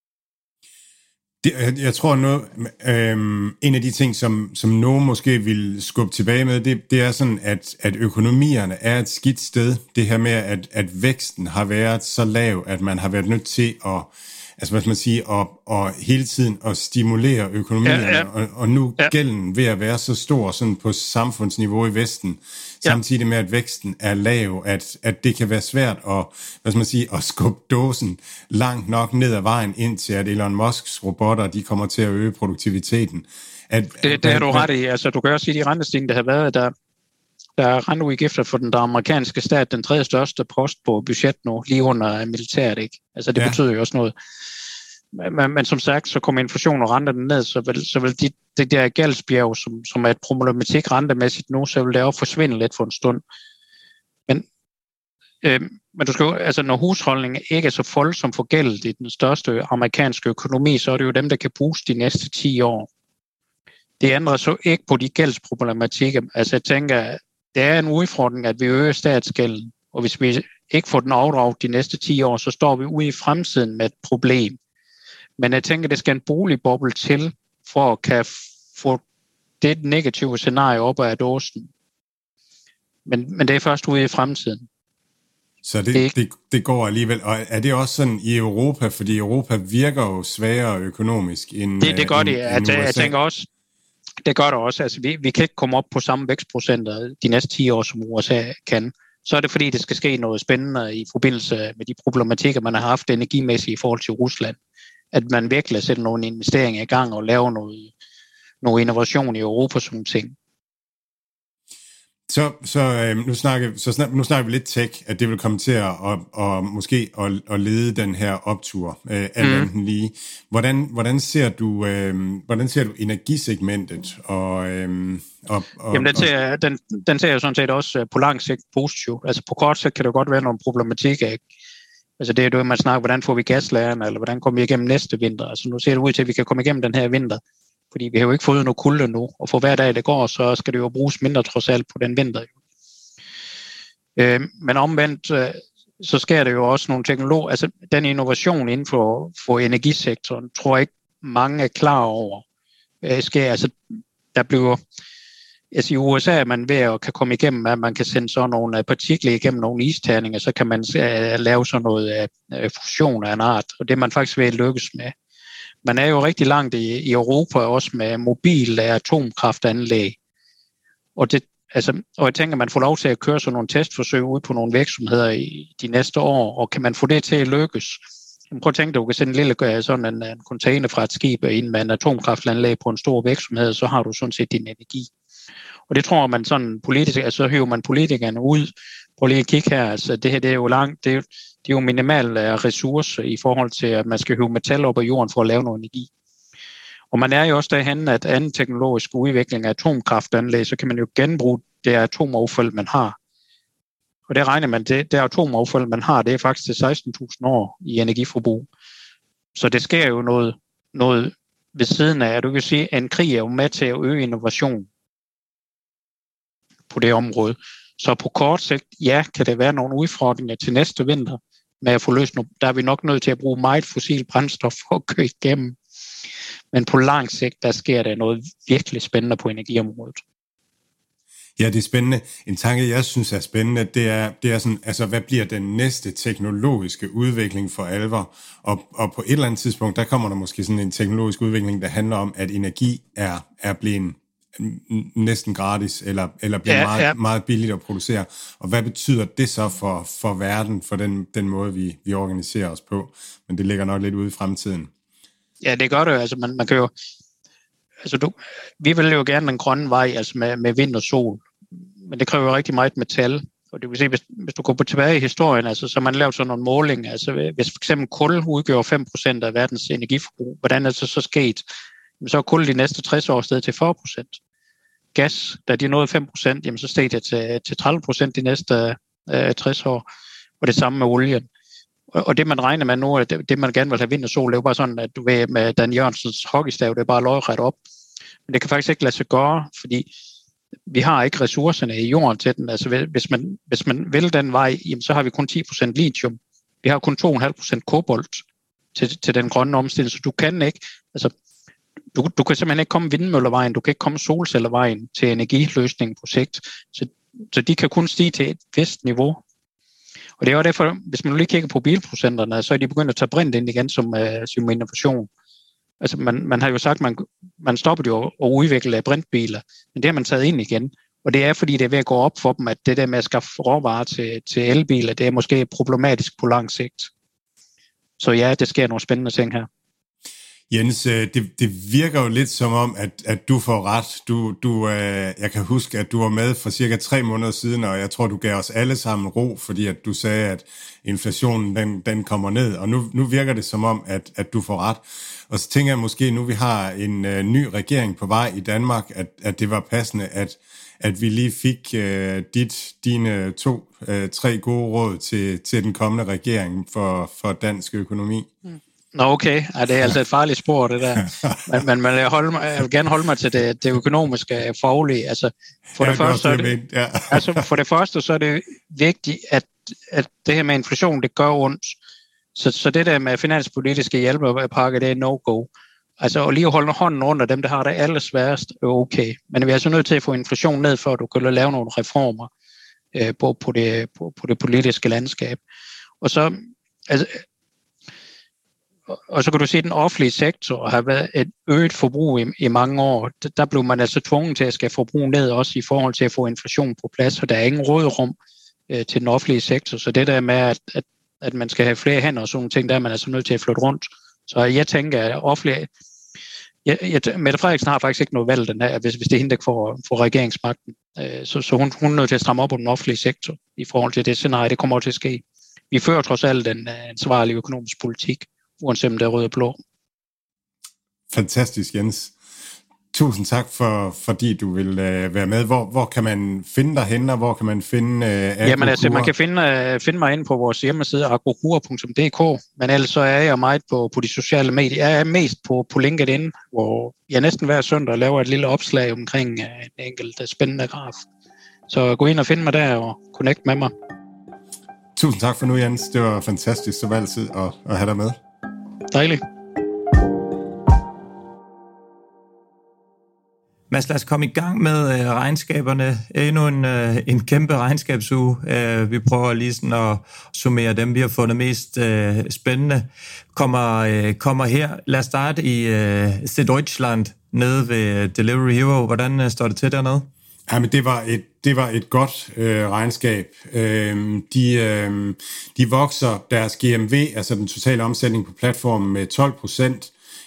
Det, jeg tror, noget, øh, en af de ting, som, som nogen måske vil skubbe tilbage med, det, det er sådan, at, at økonomierne er et skidt sted. Det her med, at, at væksten har været så lav, at man har været nødt til at, altså hvad skal man sige, at, at hele tiden at stimulere økonomierne, ja, ja. Og, og nu ja. gælden ved at være så stor sådan på samfundsniveau i Vesten, ja. samtidig med, at væksten er lav, at, at det kan være svært at, hvad skal man sige, at skubbe dåsen langt nok ned ad vejen, indtil at Elon Musks robotter, de kommer til at øge produktiviteten. At, det, det har du ret i. Altså, du kan også sige, at de rentestigninger, der har været, der, der er renteudgifter for den der amerikanske stat, den tredje største post på budget nu, lige under militæret, ikke? Altså, det ja. betyder jo også noget. Men, men som sagt, så kommer inflation og renter ned, så vil, så vil de, det der gældsbjerg, som, som er et problematik rentemæssigt nu, så vil det også forsvinde lidt for en stund. Men, øh, men du skal jo, altså, når husholdningen ikke er så voldsomt forgældet i den største amerikanske økonomi, så er det jo dem, der kan bruges de næste ti år. Det ændrer så ikke på de gældsproblematikker. Altså jeg tænker, det er en udfordring, at vi øger statsgælden, og hvis vi ikke får den afdraget de næste ti år, så står vi ude i fremtiden med et problem. Men jeg tænker, det skal en boligboble til, for at kan få det negative scenarie op af dåsen. Men, men det er først ude i fremtiden. Så det, det, det, det går alligevel. Og er det også sådan i Europa? Fordi Europa virker jo svagere økonomisk end det, det gør end, det. End jeg, jeg tænker også, det gør det også. Altså, vi, vi kan ikke komme op på samme vækstprocenter de næste ti år, som U S A kan. Så er det fordi, det skal ske noget spændende i forbindelse med de problematikker, man har haft energimæssigt i forhold til Rusland. At man virkelig sætter nogle investeringer i gang og laver noget, noget innovation i Europa som ting. Så, så, øh, nu, snakker, så snak, nu snakker vi lidt tech, at det vil komme til at og, og måske at, at lede den her optur, øh, alt mm. lige. Hvordan, hvordan, ser du, øh, hvordan ser du energisegmentet? Og, øh, og, og, Jamen, den ser, den, den ser jo sådan set også på lang sigt positivt. Altså på kort sigt kan der godt være nogle problematikker, ikke? Altså det er jo, man snakker, hvordan får vi gaslagerne, eller hvordan kommer vi igennem næste vinter? Altså nu ser det ud til, at vi kan komme igennem den her vinter, fordi vi har jo ikke fået noget kulde nu, og for hver dag det går, så skal det jo bruges mindre trods alt på den vinter. Øh, men omvendt, øh, så sker det jo også nogle teknologier, altså den innovation inden for, for energisektoren, tror jeg ikke mange er klar over. Øh, sker, altså der bliver, altså i U S A er man ved at kan komme igennem, at man kan sende sådan nogle partikler igennem nogle isterninger, så kan man uh, lave sådan noget uh, fusion af en art, og det er man faktisk ved at lykkes med. Man er jo rigtig langt i, i Europa også med mobile atomkraftanlæg, og, det, altså, og jeg tænker, at man får lov til at køre sådan nogle testforsøg ud på nogle virksomheder i de næste år, og kan man få det til at lykkes? Prøv at tænke, at du kan sende en lille sådan en, en container fra et skib ind med en atomkraftanlæg på en stor virksomhed, så har du sådan set din energi. Og det tror man sådan politisk, altså så hiver man politikerne ud. Prøv lige at kigge her, altså det her det er jo langt, det er jo, det er jo minimal ressource i forhold til, at man skal hive metal op af jorden for at lave noget energi. Og man er jo også derhen, at anden teknologisk udvikling af atomkraftanlæg, så kan man jo genbruge det atomaffald, man har. Og det regner man, det, det atomaffald, man har, det er faktisk til seksten tusind år i energiforbrug. Så det sker jo noget, noget ved siden af, at du kan sige, at en krig er jo med til at øge innovation på det område. Så på kort sigt, ja, kan det være nogle udfordringer til næste vinter med at få løst noget. Der er vi nok nødt til at bruge meget fossil brændstof for at køre igennem. Men på lang sigt, der sker der noget virkelig spændende på energiområdet. Ja, det er spændende. En tanke, jeg synes er spændende, det er, det er sådan, altså, hvad bliver den næste teknologiske udvikling for alvor? Og, og på et eller andet tidspunkt, der kommer der måske sådan en teknologisk udvikling, der handler om, at energi er, er blevet næsten gratis, eller, eller bliver ja, meget, ja. meget billigt at producere. Og hvad betyder det så for, for verden, for den, den måde, vi, vi organiserer os på? Men det ligger nok lidt ude i fremtiden. Ja, det gør det jo. Altså, man, man kan jo altså, du, vi vil jo gerne den grønne vej, altså med, med vind og sol. Men det kræver jo rigtig meget metal. Og det vil sige, hvis, hvis du går på tilbage i historien, altså, så man lavet sådan nogle målinger. Altså, hvis for eksempel kul udgør fem procent af verdens energiforbrug, hvordan er det så, så sket? Så er kul de næste tres år steget til fyrre procent. Gas, da de nåede fem procent, jamen så steg det til, til tredive procent de næste øh, tres år. Og det samme med olien. Og, og det man regner med nu, det, det man gerne vil have vind og sol, det er jo bare sådan, at du ved med Dan Jørgensens hockeystav, det er bare lodret op. Men det kan faktisk ikke lade sig gøre, fordi vi har ikke ressourcerne i jorden til den. Altså hvis man, hvis man vil den vej, jamen, så har vi kun ti procent lithium. Vi har kun to komma fem procent kobolt til, til den grønne omstilling, så du kan ikke, altså Du, du kan simpelthen ikke komme vindmøllevejen, du kan ikke komme solcellevejen til energiløsning på sigt. Så, så de kan kun stige til et vist niveau. Og det er jo derfor, hvis man lige kigger på bilprocenterne, så er de begyndt at tage brint ind igen som, uh, som innovation. Altså man, man har jo sagt, man, man stopper jo at udvikle brintbiler, men det har man taget ind igen. Og det er fordi, det er ved at gå op for dem, at det der med at skaffe råvarer til, til elbiler, det er måske problematisk på lang sigt. Så ja, det sker nogle spændende ting her. Jens, det, det virker jo lidt som om, at, at du får ret. Du, du, øh, jeg kan huske, at du var med for cirka tre måneder siden, og jeg tror, du gav os alle sammen ro, fordi at du sagde, at inflationen den, den kommer ned. Og nu, nu virker det som om, at, at du får ret. Og så tænker jeg måske, nu vi har en øh, ny regering på vej i Danmark, at, at det var passende, at, at vi lige fik øh, dit, dine to, øh, tre gode råd til, til den kommende regering for, for dansk økonomi. Mm. Nå okay, ja, det er altså et farligt spor, det der. Men, men man, jeg, holde mig, jeg vil gerne holde mig til det, det økonomiske faglige. Altså, for, ja, det første, det, det, ja. altså, for det første så er det vigtigt, at, at det her med inflation, det gør ondt. Så, så det der med finanspolitiske hjælpepakke, det er no-go. Altså at lige holde hånden under dem, der har det allersværest, er okay. Men vi er altså nødt til at få inflation ned, for at du kan lave nogle reformer øh, på, på, det, på, på det politiske landskab. Og så... Altså, Og så kan du se, at den offentlige sektor har været et øget forbrug i, i mange år. Der blev man altså tvunget til at skal forbrug ned også i forhold til at få inflation på plads, og der er ingen råderum øh, til den offentlige sektor. Så det der med, at, at, at man skal have flere hænder og sådan nogle ting, der er man altså nødt til at flytte rundt. Så jeg tænker, at offentlig... Jeg, jeg, Mette Frederiksen har faktisk ikke noget valg, den her, hvis, hvis det er hende, der får, får regeringsmagten. Øh, så så hun, hun er nødt til at stramme op på den offentlige sektor i forhold til det scenarie, det kommer til at ske. Vi fører trods alt en ansvarlig økonomisk politik, uanset om det er rød og blå. Fantastisk, Jens. Tusind tak, for, fordi du vil uh, være med. Hvor, hvor kan man finde dig henne, og hvor kan man finde uh, Agrokura? Jamen altså, man kan finde, uh, finde mig inde på vores hjemmeside, agrokura punktum d k, men ellers så er jeg meget på, på de sociale medier. Jeg er mest på, på LinkedIn, hvor jeg næsten hver søndag laver et lille opslag omkring uh, en enkelt spændende graf. Så gå ind og find mig der og connect med mig. Tusind tak for nu, Jens. Det var fantastisk som altid at, at have dig med. Dejligt. Mads, lad os komme i gang med øh, regnskaberne. Endnu en, øh, en kæmpe regnskabsuge. Øh, vi prøver lige sådan at summere dem, vi har fundet mest øh, spændende. Kommer, øh, kommer her. Lad os starte i øh, Süddeutschland nede ved Delivery Hero. Hvordan øh, står det til dernede? Ja, men det var et, det var et godt øh, regnskab. Øh, de, øh, de vokser deres G M V, altså den totale omsætning på platformen, med tolv procent.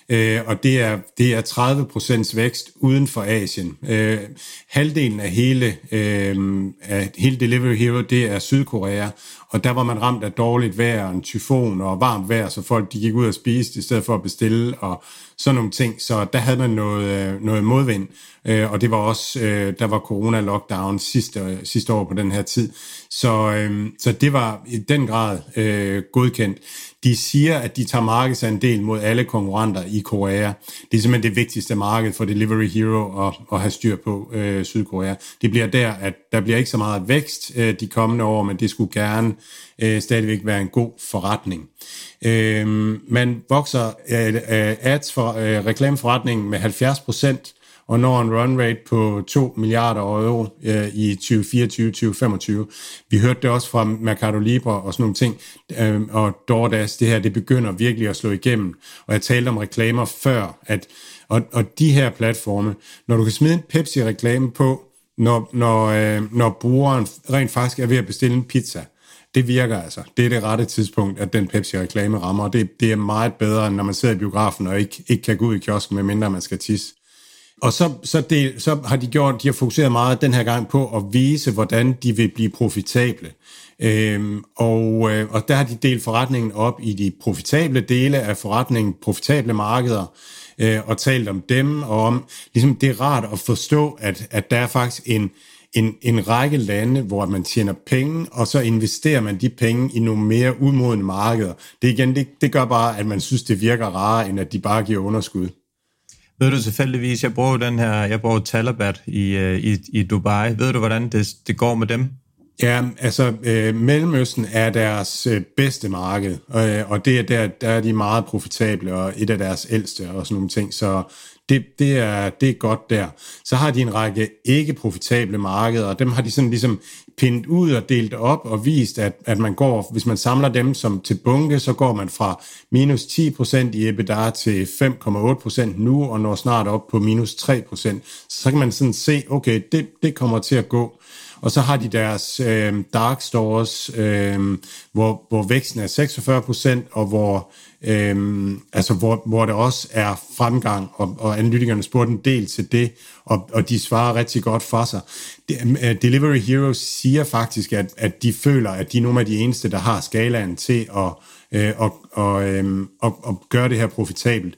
øh, og det er, det er tredive procent vækst uden for Asien. Øh, halvdelen af hele, øh, af hele Delivery Hero, det er Sydkorea, og der var man ramt af dårligt vejr, en tyfon og varmt vejr, så folk de gik ud og spiste i stedet for at bestille, og sådan nogle ting. Så der havde man noget, noget modvind, øh, og det var også, øh, der var corona-lockdown sidste, sidste år på den her tid. Så, øh, så det var i den grad øh, godkendt. De siger, at de tager markedsandel mod alle konkurrenter i Korea. Det er simpelthen det vigtigste marked for Delivery Hero at, at have styr på, øh, Sydkorea. Det bliver der, at der bliver ikke så meget vækst øh, de kommende år, men det skulle gerne øh, stadigvæk være en god forretning. Øh, man vokser øh, ads for øh, reklameforretningen med halvfjerds procent, og når en run rate på to milliarder euro øh, i tyve fireogtyve til tyve femogtyve. Vi hørte det også fra Mercado Libre og sådan nogle ting, øh, og DoorDash, det her, det begynder virkelig at slå igennem. Og jeg talte om reklamer før, at, og, og de her platforme, når du kan smide en Pepsi-reklame på, når, når, øh, når brugeren rent faktisk er ved at bestille en pizza, det virker altså. Det er det rette tidspunkt, at den Pepsi-reklame rammer, og det, det er meget bedre, end når man sidder i biografen og ikke, ikke kan gå ud i kiosken, medmindre man skal tisse. Og så, så, det, så har de gjort, de har fokuseret meget den her gang på at vise, hvordan de vil blive profitable. Øhm, og, øh, og der har de delt forretningen op i de profitable dele af forretningen, profitable markeder, øh, og talt om dem, og om, ligesom det er rart at forstå, at, at der er faktisk en, en, en række lande, hvor man tjener penge, og så investerer man de penge i nogle mere udmodne markeder. Det igen, det, det gør bare, at man synes, det virker rarere, end at de bare giver underskud. Ved du tilfældigvis, jeg bruger den her, jeg bruger Talabat i, i, i Dubai. Ved du, hvordan det, det går med dem? Ja, altså øh, Mellemøsten er deres øh, bedste marked, øh, og det er der, der er de meget profitable, og et af deres ældste og sådan nogle ting, så det, det, er, det er godt der. Så har de en række ikke profitable markeder, og dem har de sådan ligesom pindet ud og delt op og vist, at, at man går, hvis man samler dem som til bunke, så går man fra minus ti procent i EBITDA til fem komma otte procent nu, og når snart op på minus tre procent. Så kan man sådan se, okay, det, det kommer til at gå. Og så har de deres øh, dark stores, øh, hvor, hvor væksten er seksogfyrre procent, og hvor, øh, altså hvor, hvor der også er fremgang, og, og analytikerne spurgte en del til det, og, og de svarer rigtig godt for sig. De, Delivery Hero siger faktisk, at, at de føler, at de er nogle af de eneste, der har skalaen til at, øh, og, og, øh, og, og gøre det her profitabelt.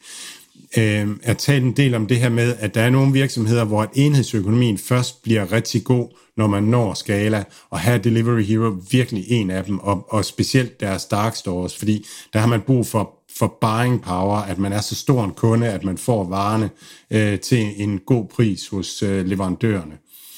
Øh, jeg talte en del om det her med, at der er nogle virksomheder, hvor at enhedsøkonomien først bliver rigtig god, når man når skala, og her er Delivery Hero virkelig en af dem, og, og specielt deres dark stores, fordi der har man brug for, for buying power, at man er så stor en kunde, at man får varerne øh, til en god pris hos øh, leverandørerne.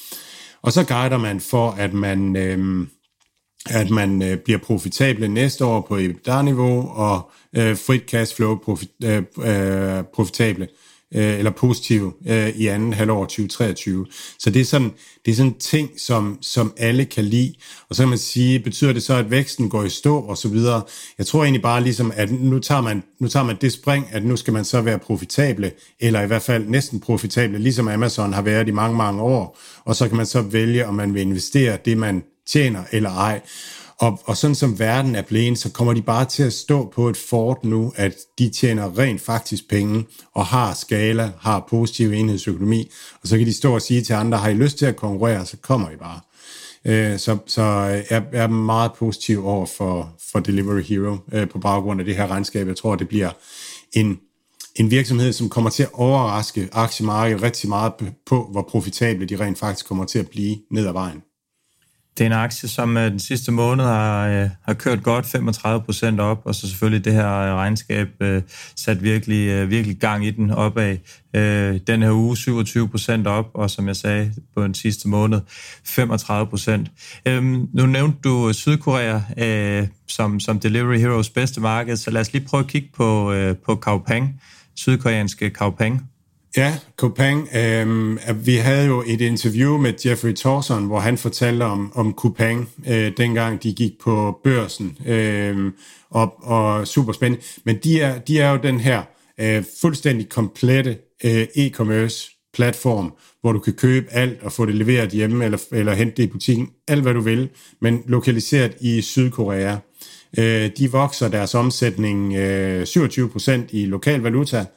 Og så guider man for, at man, øh, at man øh, bliver profitable næste år på EBITDA-niveau, og øh, frit cash flow profit, øh, øh, profitable, eller positiv øh, i anden halvår tyve treogtyve. Så det er sådan, det er sådan en ting, som, som alle kan lide. Og så kan man sige, betyder det så, at væksten går i stå og så videre? Jeg tror egentlig bare ligesom, at nu tager man, nu tager man det spring, at nu skal man så være profitable, eller i hvert fald næsten profitable, ligesom Amazon har været i mange, mange år. Og så kan man så vælge, om man vil investere det, man tjener eller ej. Og, og sådan som verden er blevet, så kommer de bare til at stå på et fort nu, at de tjener rent faktisk penge, og har skala, har positiv enhedsøkonomi, og så kan de stå og sige til andre, har I lyst til at konkurrere, så kommer I bare. Øh, så så jeg er meget positiv over for, for Delivery Hero øh, på baggrund af det her regnskab. Jeg tror, det bliver en, en virksomhed, som kommer til at overraske aktiemarkedet rigtig meget på, hvor profitable de rent faktisk kommer til at blive ned ad vejen. Det er en aktie, som den sidste måned har, har kørt godt femogtredive procent op, og så selvfølgelig det her regnskab øh, sat virkelig, øh, virkelig gang i den opad. Øh, den her uge syvogtyve procent op, og som jeg sagde på den sidste måned, femogtredive procent. Øh, nu nævnte du Sydkorea øh, som, som Delivery Heroes bedste marked, så lad os lige prøve at kigge på, øh, på Coupang, sydkoreanske Coupang. Ja, Coupang. Øh, vi havde jo et interview med Jeffrey Towson, hvor han fortalte om, om Coupang, øh, dengang de gik på børsen, øh, og, og super spændende. Men de er, de er jo den her øh, fuldstændig komplette øh, e-commerce platform, hvor du kan købe alt og få det leveret hjemme, eller, eller hente det i butikken, alt hvad du vil, men lokaliseret i Sydkorea. Øh, de vokser deres omsætning øh, syvogtyve procent i lokal valuta,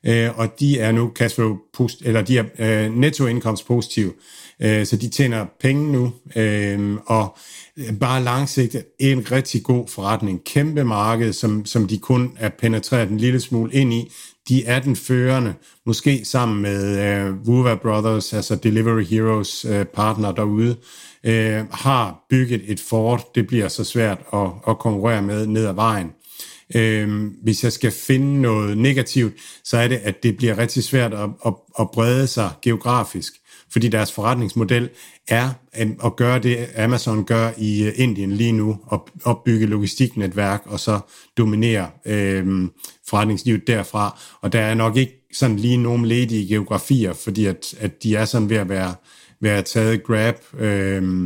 øh, og de er nu cashflow post- eller de er øh, nettoindkomstpositive, øh, så de tjener penge nu, øh, og bare langsigtet en rigtig god forretning, kæmpe marked, som, som de kun er penetreret en lille smule ind i. De er den førende, måske sammen med øh, Woowa Brothers, altså Delivery Heroes øh, partner derude, øh, har bygget et fort. Det bliver så svært at, at konkurrere med ned ad vejen. Øh, hvis jeg skal finde noget negativt, så er det, at det bliver rigtig svært at, at, at brede sig geografisk, fordi deres forretningsmodel er at gøre det, Amazon gør i Indien lige nu, at opbygge logistiknetværk og så dominere øh, forretningslivet derfra. Og der er nok ikke sådan lige nogen ledige geografier, fordi at, at de er sådan ved at være, være taget Grab, øh,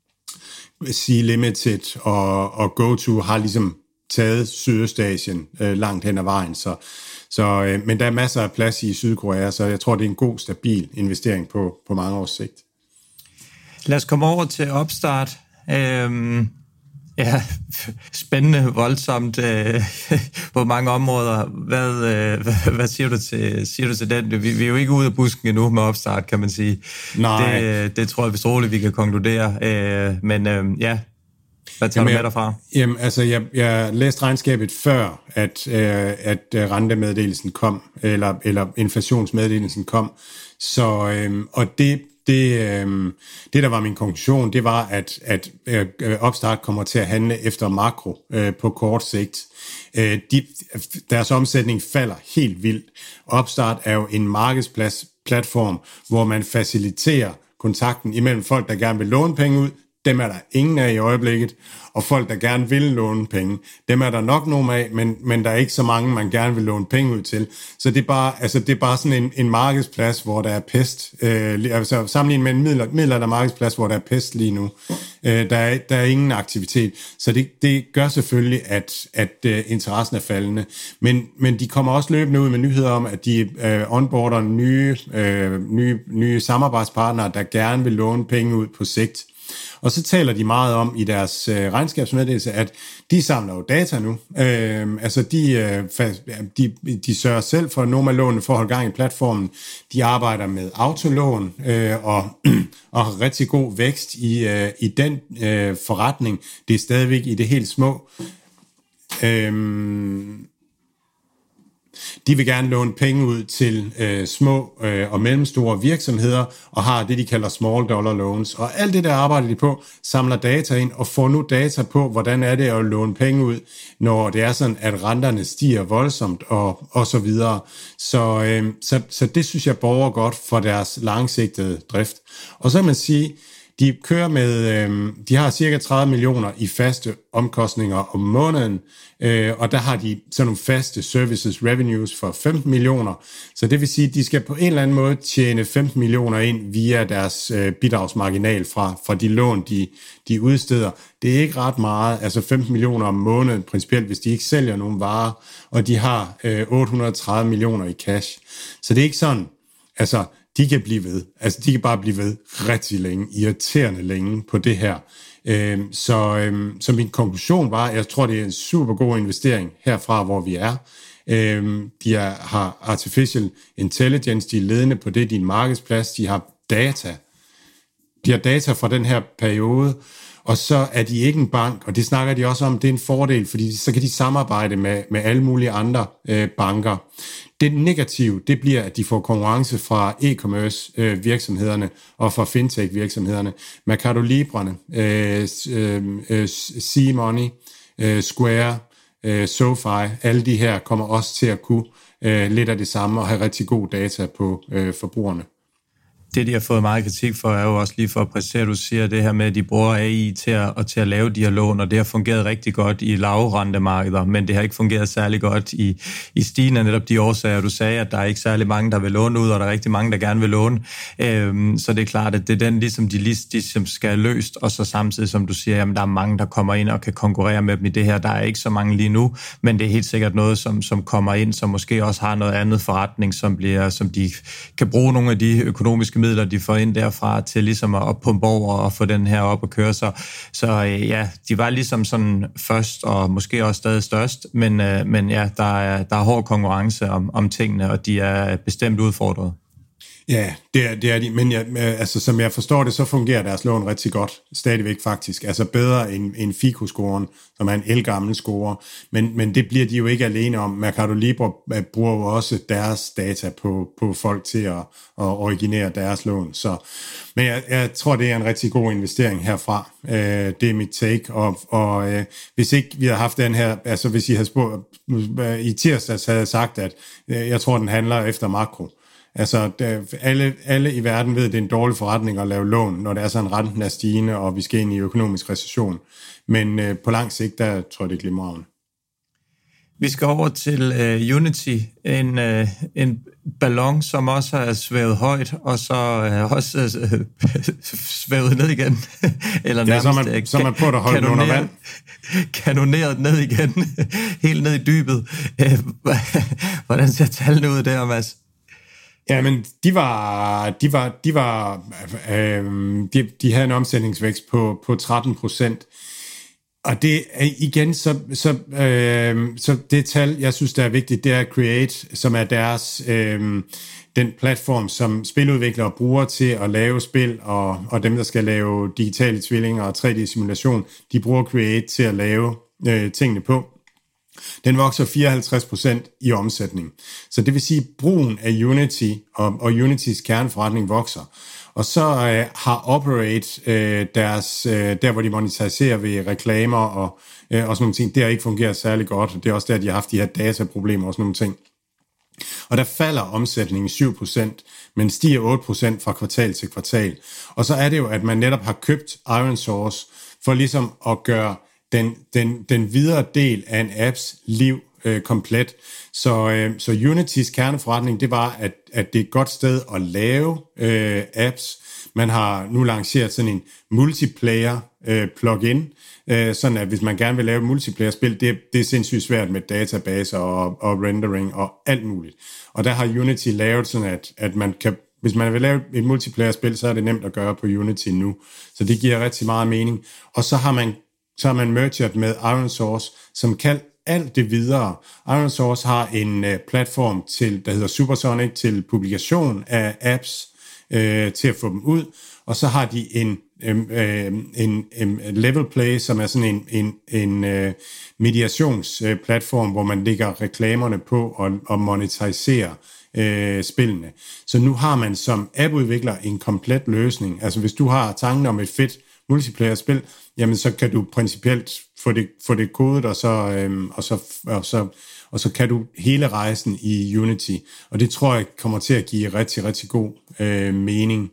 Sea Limited og, og GoTo har ligesom taget Sydøstasien øh, langt hen ad vejen, så Så, øh, men der er masser af plads i Sydkorea, så jeg tror, det er en god, stabil investering på, på mange års sigt. Lad os komme over til Upstart. Øhm, ja, spændende, voldsomt øh, på mange områder. Hvad, øh, hvad, hvad siger, du til, siger du til den? Vi, vi er jo ikke ude af busken endnu med Upstart, kan man sige. Nej. Det, det tror jeg vist roligt, vi kan konkludere. Øh, men øh, ja... Hvad tager jamen, du med derfra? Jamen, altså, jeg, jeg læste regnskabet før, at, øh, at rentemeddelelsen kom, eller, eller inflationsmeddelelsen kom. Så, øh, og det, det, øh, det, der var min konklusion, det var, at, at øh, Upstart kommer til at handle efter makro øh, på kort sigt. Øh, de, deres omsætning falder helt vildt. Upstart er jo en markedsplatform, hvor man faciliterer kontakten imellem folk, der gerne vil låne penge ud. Dem er der ingen af i øjeblikket, og folk, der gerne vil låne penge, dem er der nok nogle af, men, men der er ikke så mange, man gerne vil låne penge ud til. Så det er bare, altså, det er bare sådan en, en markedsplads, hvor der er pest. Øh, altså sammenlignet med en midler, midler markedsplads, hvor der er pest lige nu. Øh, der, er, der er ingen aktivitet. Så det, det gør selvfølgelig, at, at uh, interessen er faldende. Men, men de kommer også løbende ud med nyheder om, at de uh, onboarder nye, uh, nye, nye samarbejdspartnere, der gerne vil låne penge ud på sigt. Og så taler de meget om i deres øh, regnskabsmeddelelse, at de samler jo data nu. Øh, altså de, øh, de, de sørger selv for nogle af lånene for at holde gang i platformen. De arbejder med autolån øh, og, og har rigtig god vækst i, øh, i den øh, forretning. Det er stadigvæk i det helt små. Øh, De vil gerne låne penge ud til øh, små øh, og mellemstore virksomheder, og har det, de kalder small dollar loans. Og alt det, der arbejder de på, samler data ind, og får nu data på, hvordan er det at låne penge ud, når det er sådan, at renterne stiger voldsomt, og, og så videre. Så, øh, så, så det synes jeg borger godt for deres langsigtede drift. Og så kan man sige, de kører med, øh, de har cirka tredive millioner i faste omkostninger om måneden, øh, og der har de sådan nogle faste services revenues for femten millioner. Så det vil sige, at de skal på en eller anden måde tjene femten millioner ind via deres øh, bidragsmarginal fra, fra de lån, de, de udsteder. Det er ikke ret meget, altså femten millioner om måneden principielt, hvis de ikke sælger nogen varer, og de har øh, otte hundrede og tredive millioner i cash. Så det er ikke sådan, altså de kan blive ved. Altså, de kan bare blive ved rigtig længe, irriterende længe på det her. Øhm, så, øhm, så min konklusion var, jeg tror, det er en super god investering herfra, hvor vi er. Øhm, de er, har artificial intelligence, de er ledende på det, de er en markedsplads, de har data. De har data fra den her periode, og så er de ikke en bank, og det snakker de også om, det er en fordel, fordi så kan de samarbejde med, med alle mulige andre øh, banker. Det negative, det bliver, at de får konkurrence fra e-commerce øh, virksomhederne og fra fintech virksomhederne. Mercado Librene, øh, øh, C-Money, øh, Square, øh, SoFi, alle de her kommer også til at kunne øh, lidt af det samme og have rigtig god data på øh, forbrugerne. Det, de har fået meget kritik for, er jo også lige for at præcisere, du siger det her med, at de bruger A I til at, og til at lave de her lån, og det har fungeret rigtig godt i lavrentemarkeder, men det har ikke fungeret særlig godt i, i stigen af netop de årsager, du sagde, at der er ikke særlig mange, der vil låne ud, og der er rigtig mange, der gerne vil låne. Øhm, så det er klart, at det er den, ligesom de ligesom skal have løst, og så samtidig, som du siger, jamen, der er mange, der kommer ind og kan konkurrere med dem i det her. Der er ikke så mange lige nu, men det er helt sikkert noget, som, som kommer ind, som måske også har noget andet forretning, som, bliver, som de kan bruge nogle af de økonomiske midler, de får ind derfra, til ligesom at pumpe over og få den her op at køre. Så, så øh, ja, de var ligesom sådan først, og måske også stadig størst, men, øh, men ja, der er, der er hård konkurrence om, om tingene, og de er bestemt udfordret. Ja, det er, det er de, men jeg, altså, som jeg forstår det, så fungerer deres lån rigtig godt, stadigvæk faktisk, altså bedre end, end Fico-scoren, som er en elgammel score, men, men det bliver de jo ikke alene om. Mercado Libre bruger jo også deres data på, på folk til at, at originere deres lån, så, men jeg, jeg tror, det er en rigtig god investering herfra, øh, det er mit take, og, og øh, hvis ikke vi havde haft den her, altså hvis I havde spurgt, i tirsdags havde jeg sagt, at øh, jeg tror, den handler efter makro. Altså, alle, alle i verden ved, at det er en dårlig forretning at lave lån, når det er sådan, renten er stigende, og vi skal ind i økonomisk recession. Men øh, på lang sigt, der tror jeg, det er glimrende. Vi skal over til uh, Unity, en, uh, en ballon, som også er svævet højt, og så uh, også uh, svævet ned igen. Eller ja, så man, uh, så man på at holde den under vand. Kanoneret ned igen, helt ned i dybet. Uh, hvordan ser tallene ud der, Mads? Ja, men de var, de var, de var, øh, de, de havde en omsætningsvækst på, på tretten procent. Og det er igen, så, så, øh, så det tal, jeg synes, der er vigtigt, det er Create, som er deres, øh, den platform, som spiludviklere bruger til at lave spil, og, og dem, der skal lave digitale tvillinger og tre D-simulation, de bruger Create til at lave øh, tingene på. Den vokser fireoghalvtreds procent i omsætning. Så det vil sige, at brugen af Unity og, og Unitys kerneforretning vokser. Og så øh, har Operate øh, deres, øh, der hvor de monetiserer ved reklamer og, øh, og sådan nogle ting, det har ikke fungeret særlig godt. Det er også der, de har haft de her dataproblemer og sådan nogle ting. Og der falder omsætningen syv procent, men stiger otte procent fra kvartal til kvartal. Og så er det jo, at man netop har købt ironSource for ligesom at gøre Den, den, den videre del af en apps liv øh, komplet. Så, øh, så Unitys kerneforretning, det var, at, at det er et godt sted at lave øh, apps. Man har nu lanceret sådan en multiplayer øh, plugin, øh, sådan at hvis man gerne vil lave et multiplayer-spil, det, det er sindssygt svært med databaser og, og rendering og alt muligt. Og der har Unity lavet sådan, at, at man kan, hvis man vil lave et multiplayer-spil, så er det nemt at gøre på Unity nu. Så det giver rigtig meget mening. Og så har man så har man mergeret med ironSource, som kan alt det videre. ironSource har en uh, platform, til, der hedder Supersonic, til publikation af apps, øh, til at få dem ud. Og så har de en, øh, en, en Level Play, som er sådan en, en, en øh, mediationsplatform, hvor man lægger reklamerne på og, og monetiserer øh, spillene. Så nu har man som appudvikler en komplet løsning. Altså hvis du har tanken om et fedt multiplayer-spil, jamen så kan du principielt få det, få det kodet, og så, øhm, og, så, og, så, og så kan du hele rejsen i Unity. Og det tror jeg kommer til at give rigtig, rigtig god øh, mening.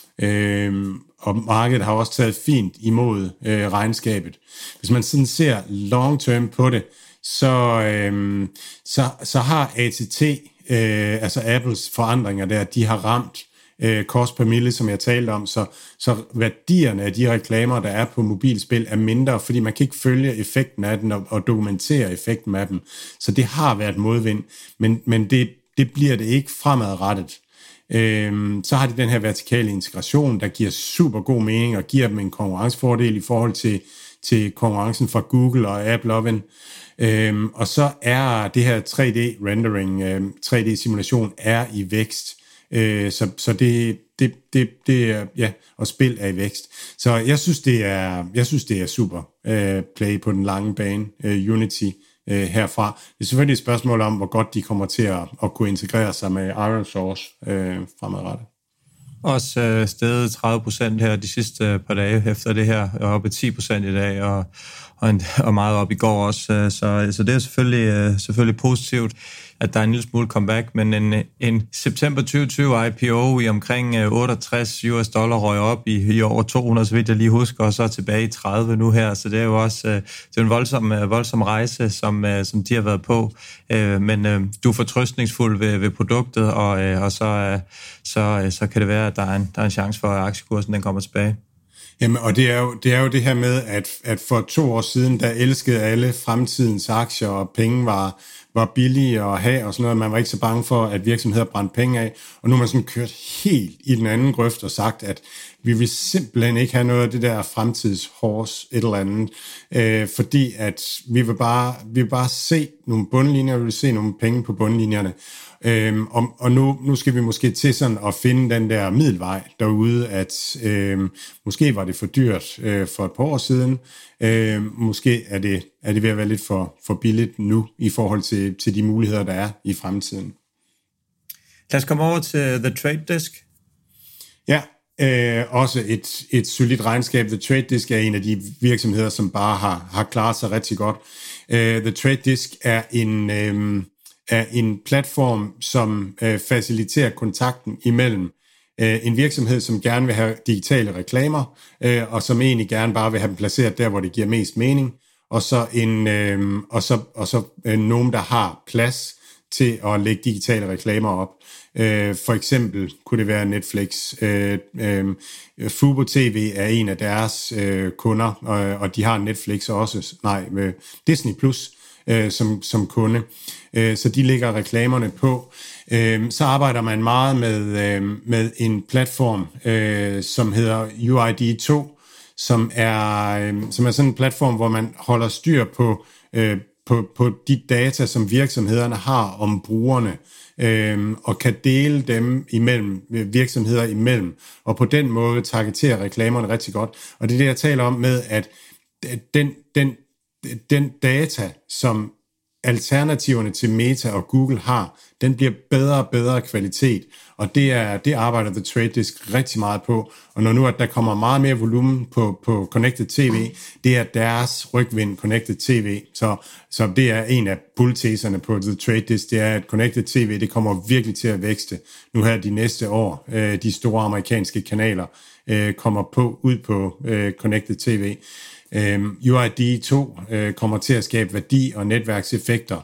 Øh, og markedet har også taget fint imod øh, regnskabet. Hvis man sådan ser long term på det, så, øh, så, så har A T T, øh, altså Apples forandringer der, de har ramt øh, kost per mille, som jeg talte om, så, så værdierne af de reklamer, der er på mobilspil, er mindre, fordi man kan ikke følge effekten af den og, og dokumentere effekten af dem. Så det har været modvind, men, men det, det bliver det ikke fremadrettet. Øhm, så har de den her vertikale integration, der giver super god mening og giver dem en konkurrencefordel i forhold til, til konkurrencen fra Google og AppLovin. Øhm, og så er det her tre D-rendering, øhm, tre D-simulation er i vækst. Øh, så så det, det, det, det er, ja, og spil er i vækst. Så jeg synes, det er, jeg synes, det er super øh, play på den lange bane, øh, Unity øh, herfra. Det er selvfølgelig et spørgsmål om, hvor godt de kommer til at, at kunne integrere sig med ironSource øh, fremadrettet. Også øh, steget tredive procent her de sidste par dage efter det her, og oppe ti procent i dag, og, og, en, og meget op i går også. Øh, så, så det er selvfølgelig, øh, selvfølgelig positivt, at der er en lille smule comeback, men en, en september tyve tyve I P O i omkring otteogtres US dollar røg op i, i over to hundrede, så vidt jeg lige husker, og så tilbage i tredive nu her, så det er jo også det er en voldsom, voldsom rejse, som, som de har været på, men du er fortrøstningsfuld ved, ved produktet, og, og så, så, så kan det være, at der er en, der er en chance for, at aktiekursen den kommer tilbage. Jamen, og det er jo det, er jo det her med, at, at for to år siden, der elskede alle fremtidens aktier, og penge var, var billige at have og sådan noget. Man var ikke så bange for, at virksomheder brændte penge af. Og nu har man sådan kørt helt i den anden grøft og sagt, at vi vil simpelthen ikke have noget af det der fremtidshorse et eller andet, øh, fordi at vi vil bare, vi vil bare se nogle bundlinjer, vi vil se nogle penge på bundlinjerne. Øhm, og og nu, nu skal vi måske til sådan at finde den der middelvej derude, at øhm, måske var det for dyrt øh, for et par år siden, øhm, måske er det, er det ved at være lidt for, for billigt nu i forhold til, til de muligheder, der er i fremtiden. Lad os komme over til The Trade Desk. Ja, øh, også et, et solidt regnskab. The Trade Desk er en af de virksomheder, som bare har, har klaret sig rigtig godt. Øh, The Trade Desk er en... Øh, er en platform, som øh, faciliterer kontakten imellem øh, en virksomhed, som gerne vil have digitale reklamer, øh, og som egentlig gerne bare vil have dem placeret der, hvor det giver mest mening, og så, en, øh, og så, og så øh, nogen, der har plads til at lægge digitale reklamer op. Øh, for eksempel kunne det være Netflix. Øh, øh, Fubo T V er en af deres øh, kunder, og, og de har Netflix også, nej, øh, Disney Plus, Øh, som, som kunde. Øh, så de lægger reklamerne på. Øh, så arbejder man meget med, øh, med en platform, øh, som hedder U I D to, som er, øh, som er sådan en platform, hvor man holder styr på, øh, på, på de data, som virksomhederne har om brugerne, øh, og kan dele dem imellem virksomheder imellem, og på den måde targetere reklamerne rigtig godt. Og det er det, jeg taler om med, at den, den den data, som alternativerne til Meta og Google har, den bliver bedre og bedre kvalitet, og det er det arbejder The Trade Desk rigtig meget på. Og når nu at der kommer meget mere volumen på, på Connected T V, det er deres rygvind, Connected T V. Så, så det er en af bullteserne på The Trade Desk, det er, at Connected T V, det kommer virkelig til at vækste nu her de næste år. De store amerikanske kanaler kommer på ud på Connected T V. Um, U I D to uh, kommer til at skabe værdi og netværkseffekter.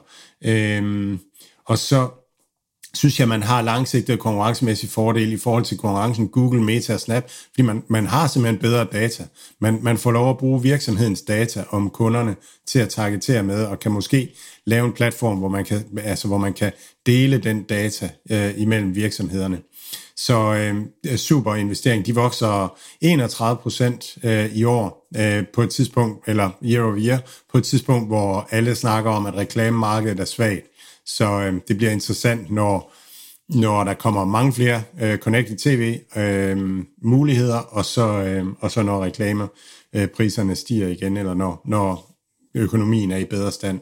Um, og så synes jeg, man har langsigtede konkurrencemæssige fordele i forhold til konkurrencen Google, Meta og Snap, fordi man, man har simpelthen bedre data. Man, man får lov at bruge virksomhedens data om kunderne til at targetere med, og kan måske lave en platform, hvor man kan, altså, hvor man kan dele den data uh, imellem virksomhederne. Så øh, super investering. De vokser enogtredive procent øh, i år øh, på et tidspunkt, eller year over year, på et tidspunkt, hvor alle snakker om, at reklamemarkedet er svagt. Så øh, det bliver interessant, når, når der kommer mange flere øh, Connected T V øh, muligheder, og så, øh, og så når reklamepriserne øh, stiger igen, eller når, når økonomien er i bedre stand.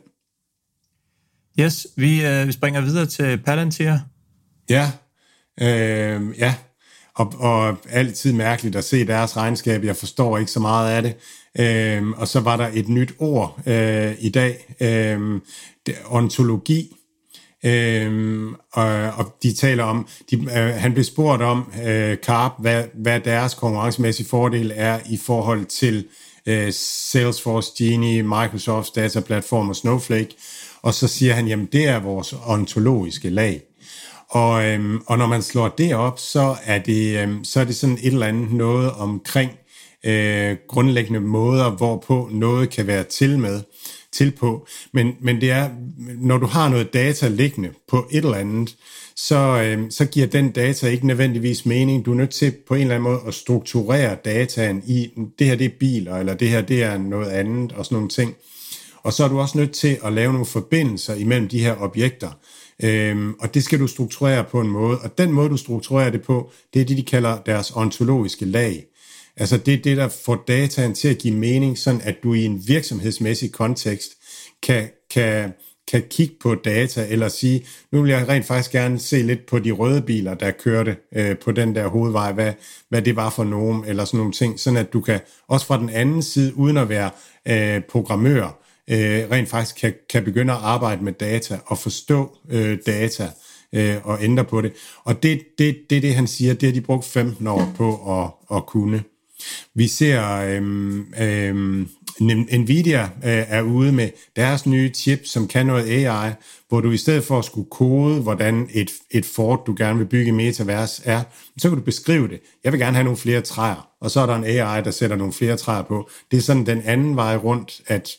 Yes, vi, øh, vi springer videre til Palantir. Ja, Øh, ja, og, og altid mærkeligt at se deres regnskab. Jeg forstår ikke så meget af det. Øh, og så var der et nyt ord øh, i dag, øh, det, ontologi. Øh, og, og de taler om, de, øh, han blev spurgt om, øh, Karp, hvad, hvad deres konkurrencemæssige fordel er i forhold til øh, Salesforce, Genie, Microsofts dataplatform og Snowflake. Og så siger han, jamen det er vores ontologiske lag. Og, øhm, og når man slår det op, så er det, øhm, så er det sådan et eller andet noget omkring øh, grundlæggende måder, hvorpå noget kan være til med, til på. Men, men det er, når du har noget data liggende på et eller andet, så, øhm, så giver den data ikke nødvendigvis mening. Du er nødt til på en eller anden måde at strukturere dataen i, det her det er biler, eller det her det er noget andet, og sådan nogle ting. Og så er du også nødt til at lave nogle forbindelser imellem de her objekter. Øhm, og det skal du strukturere på en måde, og den måde du strukturerer det på, det er det de kalder deres ontologiske lag. Altså det er det der får dataen til at give mening, sådan at du i en virksomhedsmæssig kontekst kan, kan, kan kigge på data eller sige, nu vil jeg rent faktisk gerne se lidt på de røde biler, der kørte øh, på den der hovedvej, hvad, hvad det var for nogen, eller sådan nogle ting, sådan at du kan også fra den anden side, uden at være øh, programmør, Øh, rent faktisk kan, kan begynde at arbejde med data og forstå øh, data øh, og ændre på det. Og det, det, det er det, han siger, det har de brugt femten år på at, at kunne. Vi ser, øhm, øhm, Nvidia øh, er ude med deres nye chip, som kan noget A I, hvor du i stedet for at skulle kode, hvordan et, et fort, du gerne vil bygge i Metaverse er, så kan du beskrive det. Jeg vil gerne have nogle flere træer, og så er der en A I, der sætter nogle flere træer på. Det er sådan den anden vej rundt, at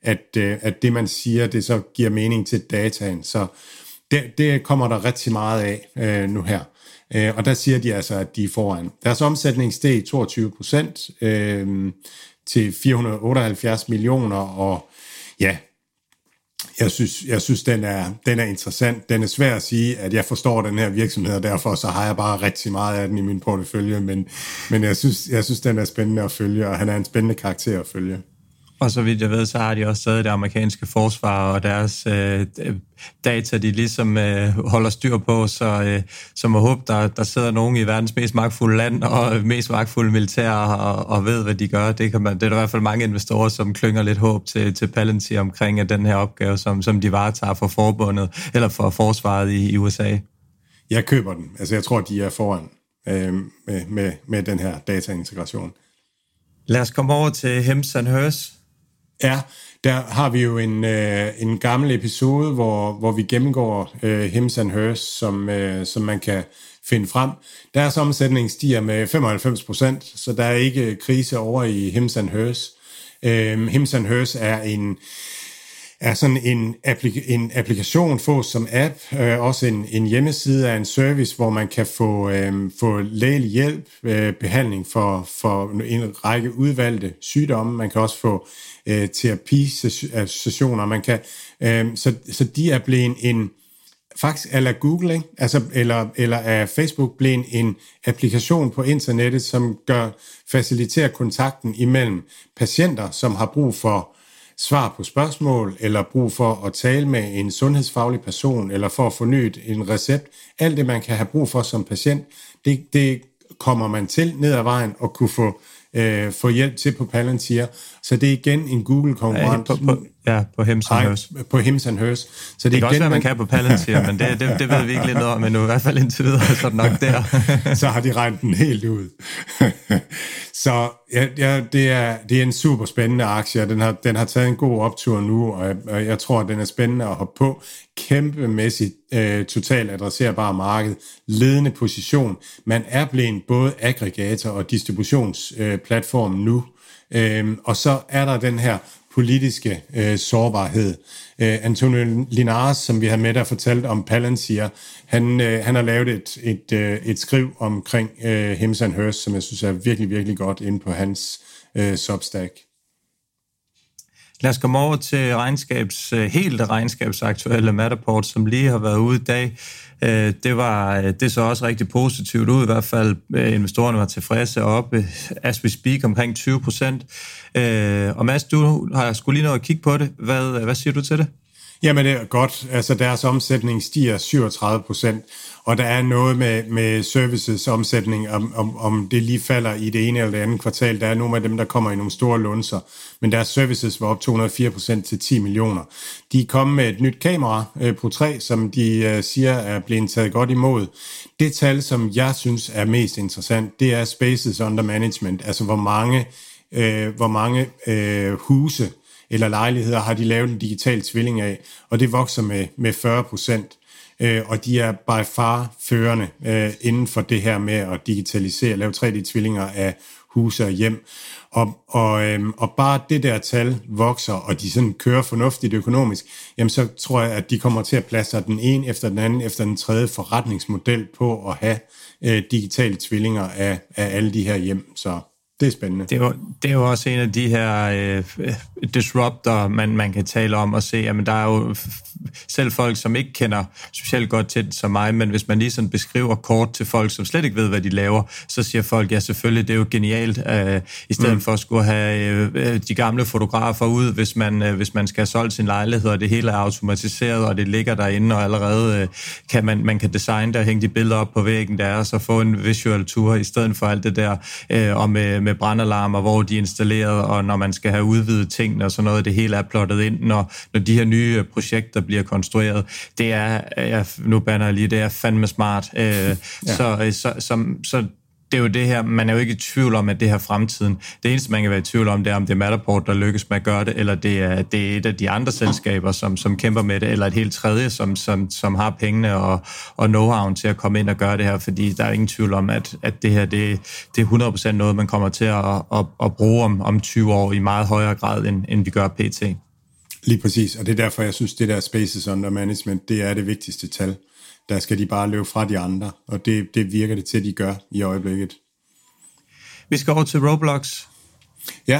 at, at det, man siger, det så giver mening til dataen. Så det, det kommer der rigtig meget af øh, nu her. Øh, og der siger de altså, at de er foran. Deres omsætning steg toogtyve procent øh, til fire hundrede og otteoghalvfjerds millioner, og ja, jeg synes, jeg synes den, er, den er interessant. Den er svær at sige, at jeg forstår den her virksomhed, og derfor så har jeg bare rigtig meget af den i min portefølje, men, men jeg, synes, jeg synes, den er spændende at følge, og han er en spændende karakter at følge. Og så vidt jeg ved, så har de også stadig det amerikanske forsvar og deres øh, data, de ligesom øh, holder styr på, så, øh, så må håbe, der, der sidder nogen i verdens mest magtfulde land og mest magtfulde militær og, og ved, hvad de gør. Det, kan man, det er der i hvert fald mange investorer, som klynger lidt håb til, til Palantir omkring at den her opgave, som, som de varetager for forbundet eller for forsvaret i, i U S A. Jeg køber den. Altså jeg tror, de er foran øh, med, med, med den her dataintegration. Lad os komme over til Hims and Hers. Ja, der har vi jo en, øh, en gammel episode, hvor, hvor vi gennemgår øh, Hims and Hers, som, øh, som man kan finde frem. Deres omsætning stiger med femoghalvfems procent, så der er ikke krise over i Hims and Hers. Øh, Hims and Hers er en er sådan en, applik- en applikation, fås som app, øh, også en, en hjemmeside af en service, hvor man kan få, øh, få lægelig hjælp, øh, behandling for, for en række udvalgte sygdomme. Man kan også få øh, terapisessioner. Man kan, øh, så, så de er blevet en, faktisk eller Google, ikke? Altså, eller, eller af Facebook blevet en applikation på internettet, som gør faciliterer kontakten imellem patienter, som har brug for svar på spørgsmål, eller brug for at tale med en sundhedsfaglig person, eller for at fornyet en recept. Alt det, man kan have brug for som patient, det, det kommer man til ned ad vejen og kunne få, øh, få hjælp til på Palantir. Så det er igen en Google-konkurrent. Ja, på, på, ja, på Hims and Hers. På Hims and Hers. Så det, det kan igen, også være, man kan på Palantir, men det, det, det ved vi ikke lidt noget om, men nu i hvert fald indtil videre, så nok der. Så har de regnet den helt ud. Så ja, ja, det, er, det er en super spændende aktie, den har, den har taget en god optur nu, og jeg, og jeg tror, at den er spændende at hoppe på. Kæmpemæssigt øh, totalt adresserbar marked, ledende position. Man er blevet både aggregator og distributionsplatform øh, nu, øh, og så er der den her politiske øh, sårbarhed. Øh, Antonio Linares, som vi har med der fortalt om Palantir, han, øh, han har lavet et, et, øh, et skriv omkring øh, Hims and Hers, som jeg synes er virkelig, virkelig godt inde på hans øh, Substack. Lad os komme over til regnskabs, helt regnskabsaktuelle Matterport, som lige har været ude i dag. Det var det så også rigtig positivt ud, i hvert fald investorerne var tilfredse oppe, as we speak, omkring tyve procent. Og Mads, du har sgu lige noget at kigge på det. Hvad, hvad siger du til det? Jamen det er godt. Altså deres omsætning stiger syvogtredive procent, og der er noget med, med services omsætning, om, om, om det lige falder i det ene eller det andet kvartal. Der er nogle af dem, der kommer i nogle store lunser, men deres services var op to hundrede og fire procent til ti millioner. De er kommet med et nyt kamera, øh, Pro tre, som de øh, siger er blevet taget godt imod. Det tal, som jeg synes er mest interessant, det er spaces under management, altså hvor mange, øh, hvor mange øh, huse eller lejligheder har de lavet en digital tvilling af, og det vokser med, med fyrre procent. Øh, og de er by far førende øh, inden for det her med at digitalisere, lave tre D-tvillinger af huse og hjem. Og, og, øh, og bare det der tal vokser, og de sådan kører fornuftigt økonomisk, jamen så tror jeg, at de kommer til at pladsere den ene efter den anden, efter den tredje forretningsmodel på at have øh, digitale tvillinger af, af alle de her hjem. Så det er spændende. Det er jo, det er jo også en af de her øh, disruptor, man, man kan tale om og se, jamen der er jo selv folk, som ikke kender specielt godt til det som mig, men hvis man lige sådan beskriver kort til folk, som slet ikke ved, hvad de laver, så siger folk, ja selvfølgelig, det er jo genialt, øh, i stedet mm. for at skulle have øh, de gamle fotografer ud, hvis man, øh, hvis man skal have solgt sin lejlighed, og det hele er automatiseret, og det ligger derinde, og allerede øh, kan man, man kan designe der, hænge de billeder op på væggen der, og så få en visual tour, i stedet for alt det der, øh, og med med brandalarmer, hvor de er installeret, og når man skal have udvidet tingene og sådan noget, det hele er plottet ind, når, når de her nye projekter bliver konstrueret. Det er, jeg, nu banner jeg lige, det er fandme smart. Øh, ja. så, så, så, så det er jo det her, man er jo ikke i tvivl om, at det her fremtiden. Det eneste, man kan være i tvivl om, det er, om det er Matterport, der lykkes med at gøre det, eller det er, det er et af de andre selskaber, som, som kæmper med det, eller et helt tredje, som, som, som har pengene og, og know-howen til at komme ind og gøre det her, fordi der er ingen tvivl om, at, at det her, det, det er hundrede procent noget, man kommer til at, at, at bruge om, om tyve år i meget højere grad, end, end vi gør pt. Lige præcis, og det er derfor, jeg synes, det der spaces under management, det er det vigtigste tal. Der skal de bare løbe fra de andre, og det, det virker det til, at de gør i øjeblikket. Vi skal over til Roblox. Ja,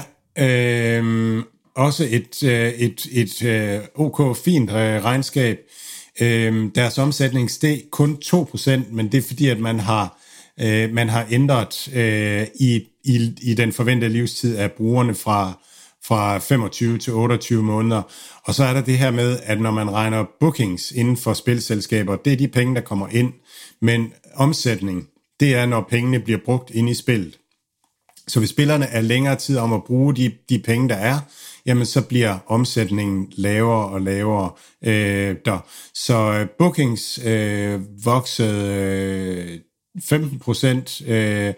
øh, også et, øh, et, et øh, ok fint øh, regnskab. Øh, deres omsætning steg kun to procent, men det er fordi, at man har, øh, man har ændret øh, i, i, i den forventede livstid af brugerne fra fra femogtyve til otteogtyve måneder. Og så er der det her med, at når man regner bookings inden for spilselskaber, det er de penge, der kommer ind. Men omsætning, det er, når pengene bliver brugt inde i spillet. Så hvis spillerne er længere tid om at bruge de, de penge, der er, jamen så bliver omsætningen lavere og lavere øh, der. Så bookings øh, voksede øh, femten procent øh,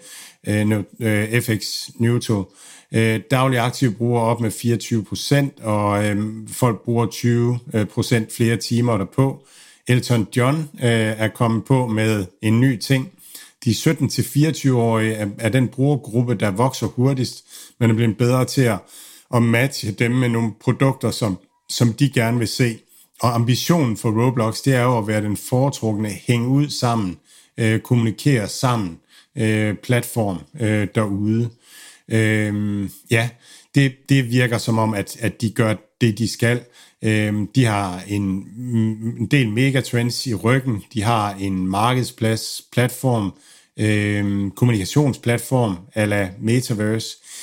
øh, F X neutral. Øh, daglige aktive brugere op med fireogtyve procent, og øh, folk bruger tyve procent flere timer derpå. Elton John øh, er kommet på med en ny ting. De sytten til fireogtyve-årige er, er den brugergruppe, der vokser hurtigst, men er blevet bedre til at, at matche dem med nogle produkter, som, som de gerne vil se. Og ambitionen for Roblox, det er jo at være den foretrukne, hænge ud sammen, øh, kommunikere sammen, øh, platform øh, derude. Øhm, ja, det, det virker som om, at, at de gør det, de skal. Øhm, de har en, en del megatrends i ryggen. De har en markedsplads, platform, øhm, kommunikationsplatform a la Metaverse.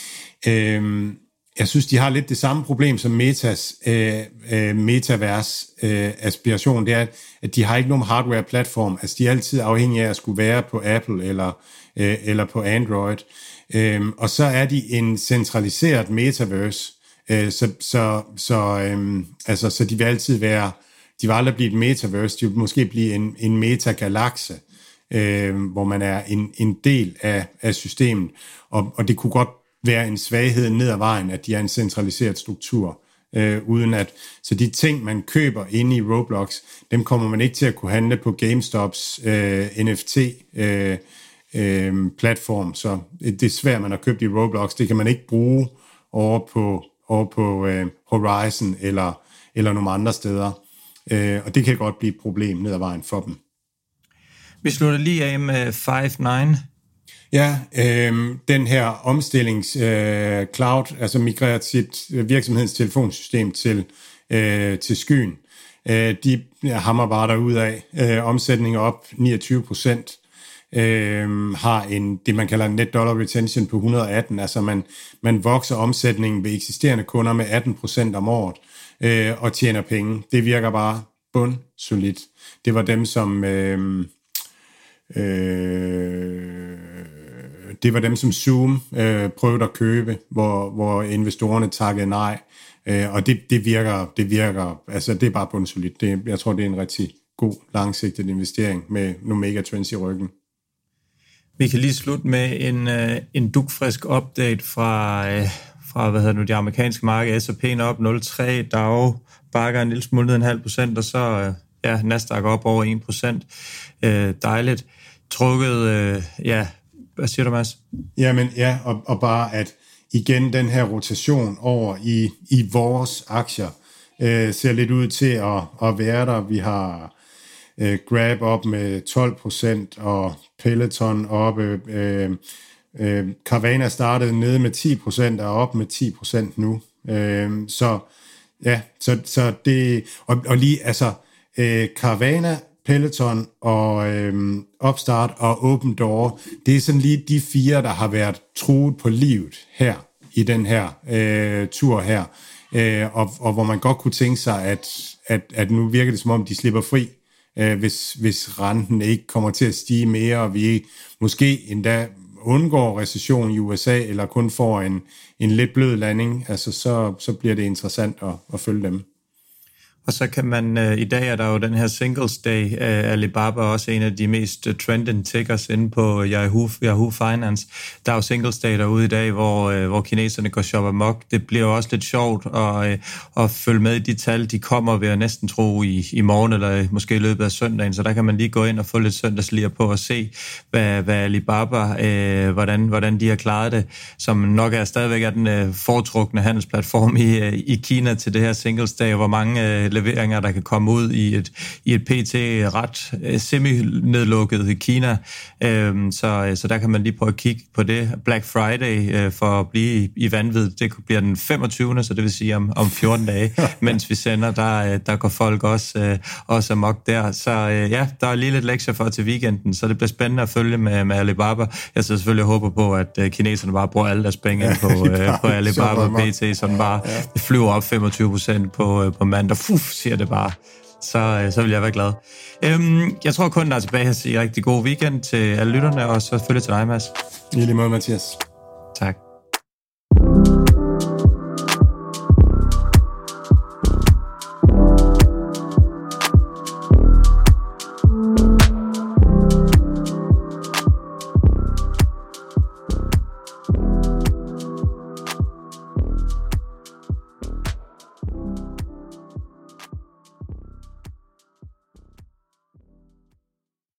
Øhm, jeg synes, de har lidt det samme problem som Metas øh, øh, Metaverse øh, aspiration. Det er, at de har ikke nogen hardware-platform. Altså, de er altid afhængige af at skulle være på Apple eller, øh, eller på Android. Øhm, og så er de en centraliseret metaverse, øh, så, så, så, øhm, altså, så de vil altid være, de vil aldrig blive et metaverse, de vil måske blive en, en metagalakse, øh, hvor man er en, en del af, af systemet, og, og det kunne godt være en svaghed ned ad vejen, at de er en centraliseret struktur, øh, uden at, så de ting, man køber inde i Roblox, dem kommer man ikke til at kunne handle på GameStops øh, N F T øh, Øhm, platform, så det er svært, man har købt i Roblox. Det kan man ikke bruge over på, over på øh, Horizon eller, eller nogle andre steder. Øh, og det kan godt blive et problem ned ad vejen for dem. Vi slutter lige af med Five nine. Ja, øh, den her omstillings øh, cloud, altså migreret sit virksomhedens telefonsystem til, øh, til skyen. Øh, de hammer bare derudad. Øh, omsætning op niogtyve procent. Øh, har en, det man kalder net dollar retention på et hundrede og atten, altså man, man vokser omsætningen ved eksisterende kunder med atten procent om året, øh, og tjener penge. Det virker bare bundsolidt. Det var dem, som øh, øh, det var dem, som Zoom øh, prøvede at købe, hvor, hvor investorerne takkede nej, øh, og det, det virker, det virker, altså det er bare bundsolidt. Det, jeg tror, det er en rigtig god, langsigtet investering med nogle megatrends i ryggen. Vi kan lige slutte med en, uh, en dugfrisk update fra, uh, fra hvad hedder nu, det amerikanske marked. S og P'en op nul komma tre, Dow bakker en lille smule ned en halv procent, og så uh, ja, Nasdaq op over en procent. Uh, dejligt. Trukket, uh, ja, hvad siger du, Mads? Jamen ja, og, og bare at igen den her rotation over i, i vores aktier uh, ser lidt ud til at, at være der. Vi har uh, Grab op med tolv procent, og Peloton oppe. Øh, øh, Carvana startede nede med ti procent og op med ti procent nu. Øh, så ja, så, så det, og, og lige altså øh, Carvana, Peloton og øh, Upstart og Open Door, det er sådan lige de fire, der har været truet på livet her i den her øh, tur her, øh, og, og hvor man godt kunne tænke sig, at, at, at nu virker det som om, de slipper fri, øh, hvis, hvis renten ikke kommer til at stige mere, og vi måske endda undgår recession i U S A, eller kun får en, en lidt blød landing, altså så, så bliver det interessant at, at følge dem. Og så kan man, øh, i dag er der jo den her Singles Day, øh, Alibaba er også en af de mest trending tickers inde på Yahoo, Yahoo Finance. Der er jo Singles Day derude i dag, hvor, øh, hvor kineserne går shop amok. Det bliver jo også lidt sjovt at, øh, at følge med i de tal, de kommer ved at næsten tro i, i morgen, eller måske i løbet af søndagen. Så der kan man lige gå ind og få lidt søndagslier på og se, hvad, hvad Alibaba, øh, hvordan, hvordan de har klaret det, som nok er stadigvæk er den øh, foretrukne handelsplatform i, øh, i Kina til det her Singles Day, hvor mange øh, leveringer, der kan komme ud i et, i et P T ret øh, semi-nedlukket i Kina. Øhm, så, så der kan man lige prøve at kigge på det. Black Friday øh, for at blive i, i vanvid, det bliver den femogtyvende så det vil sige om, om fjorten dage, mens vi sender, der, der går folk også, øh, også amok der. Så øh, ja, der er lige lidt lektier for til weekenden, så det bliver spændende at følge med, med Alibaba. Jeg så selvfølgelig håber på, at øh, kineserne bare bruger alle deres penge ja, på, øh, på Alibaba P T, som bare ja. flyver op femogtyve procent på, øh, på mandag. Fuff, siger det bare. Så, øh, så vil jeg være glad. Øhm, jeg tror kun, der er tilbage at sige rigtig god weekend til alle lytterne, og så selvfølgelig til dig, Mads. I lige måde, Mathias.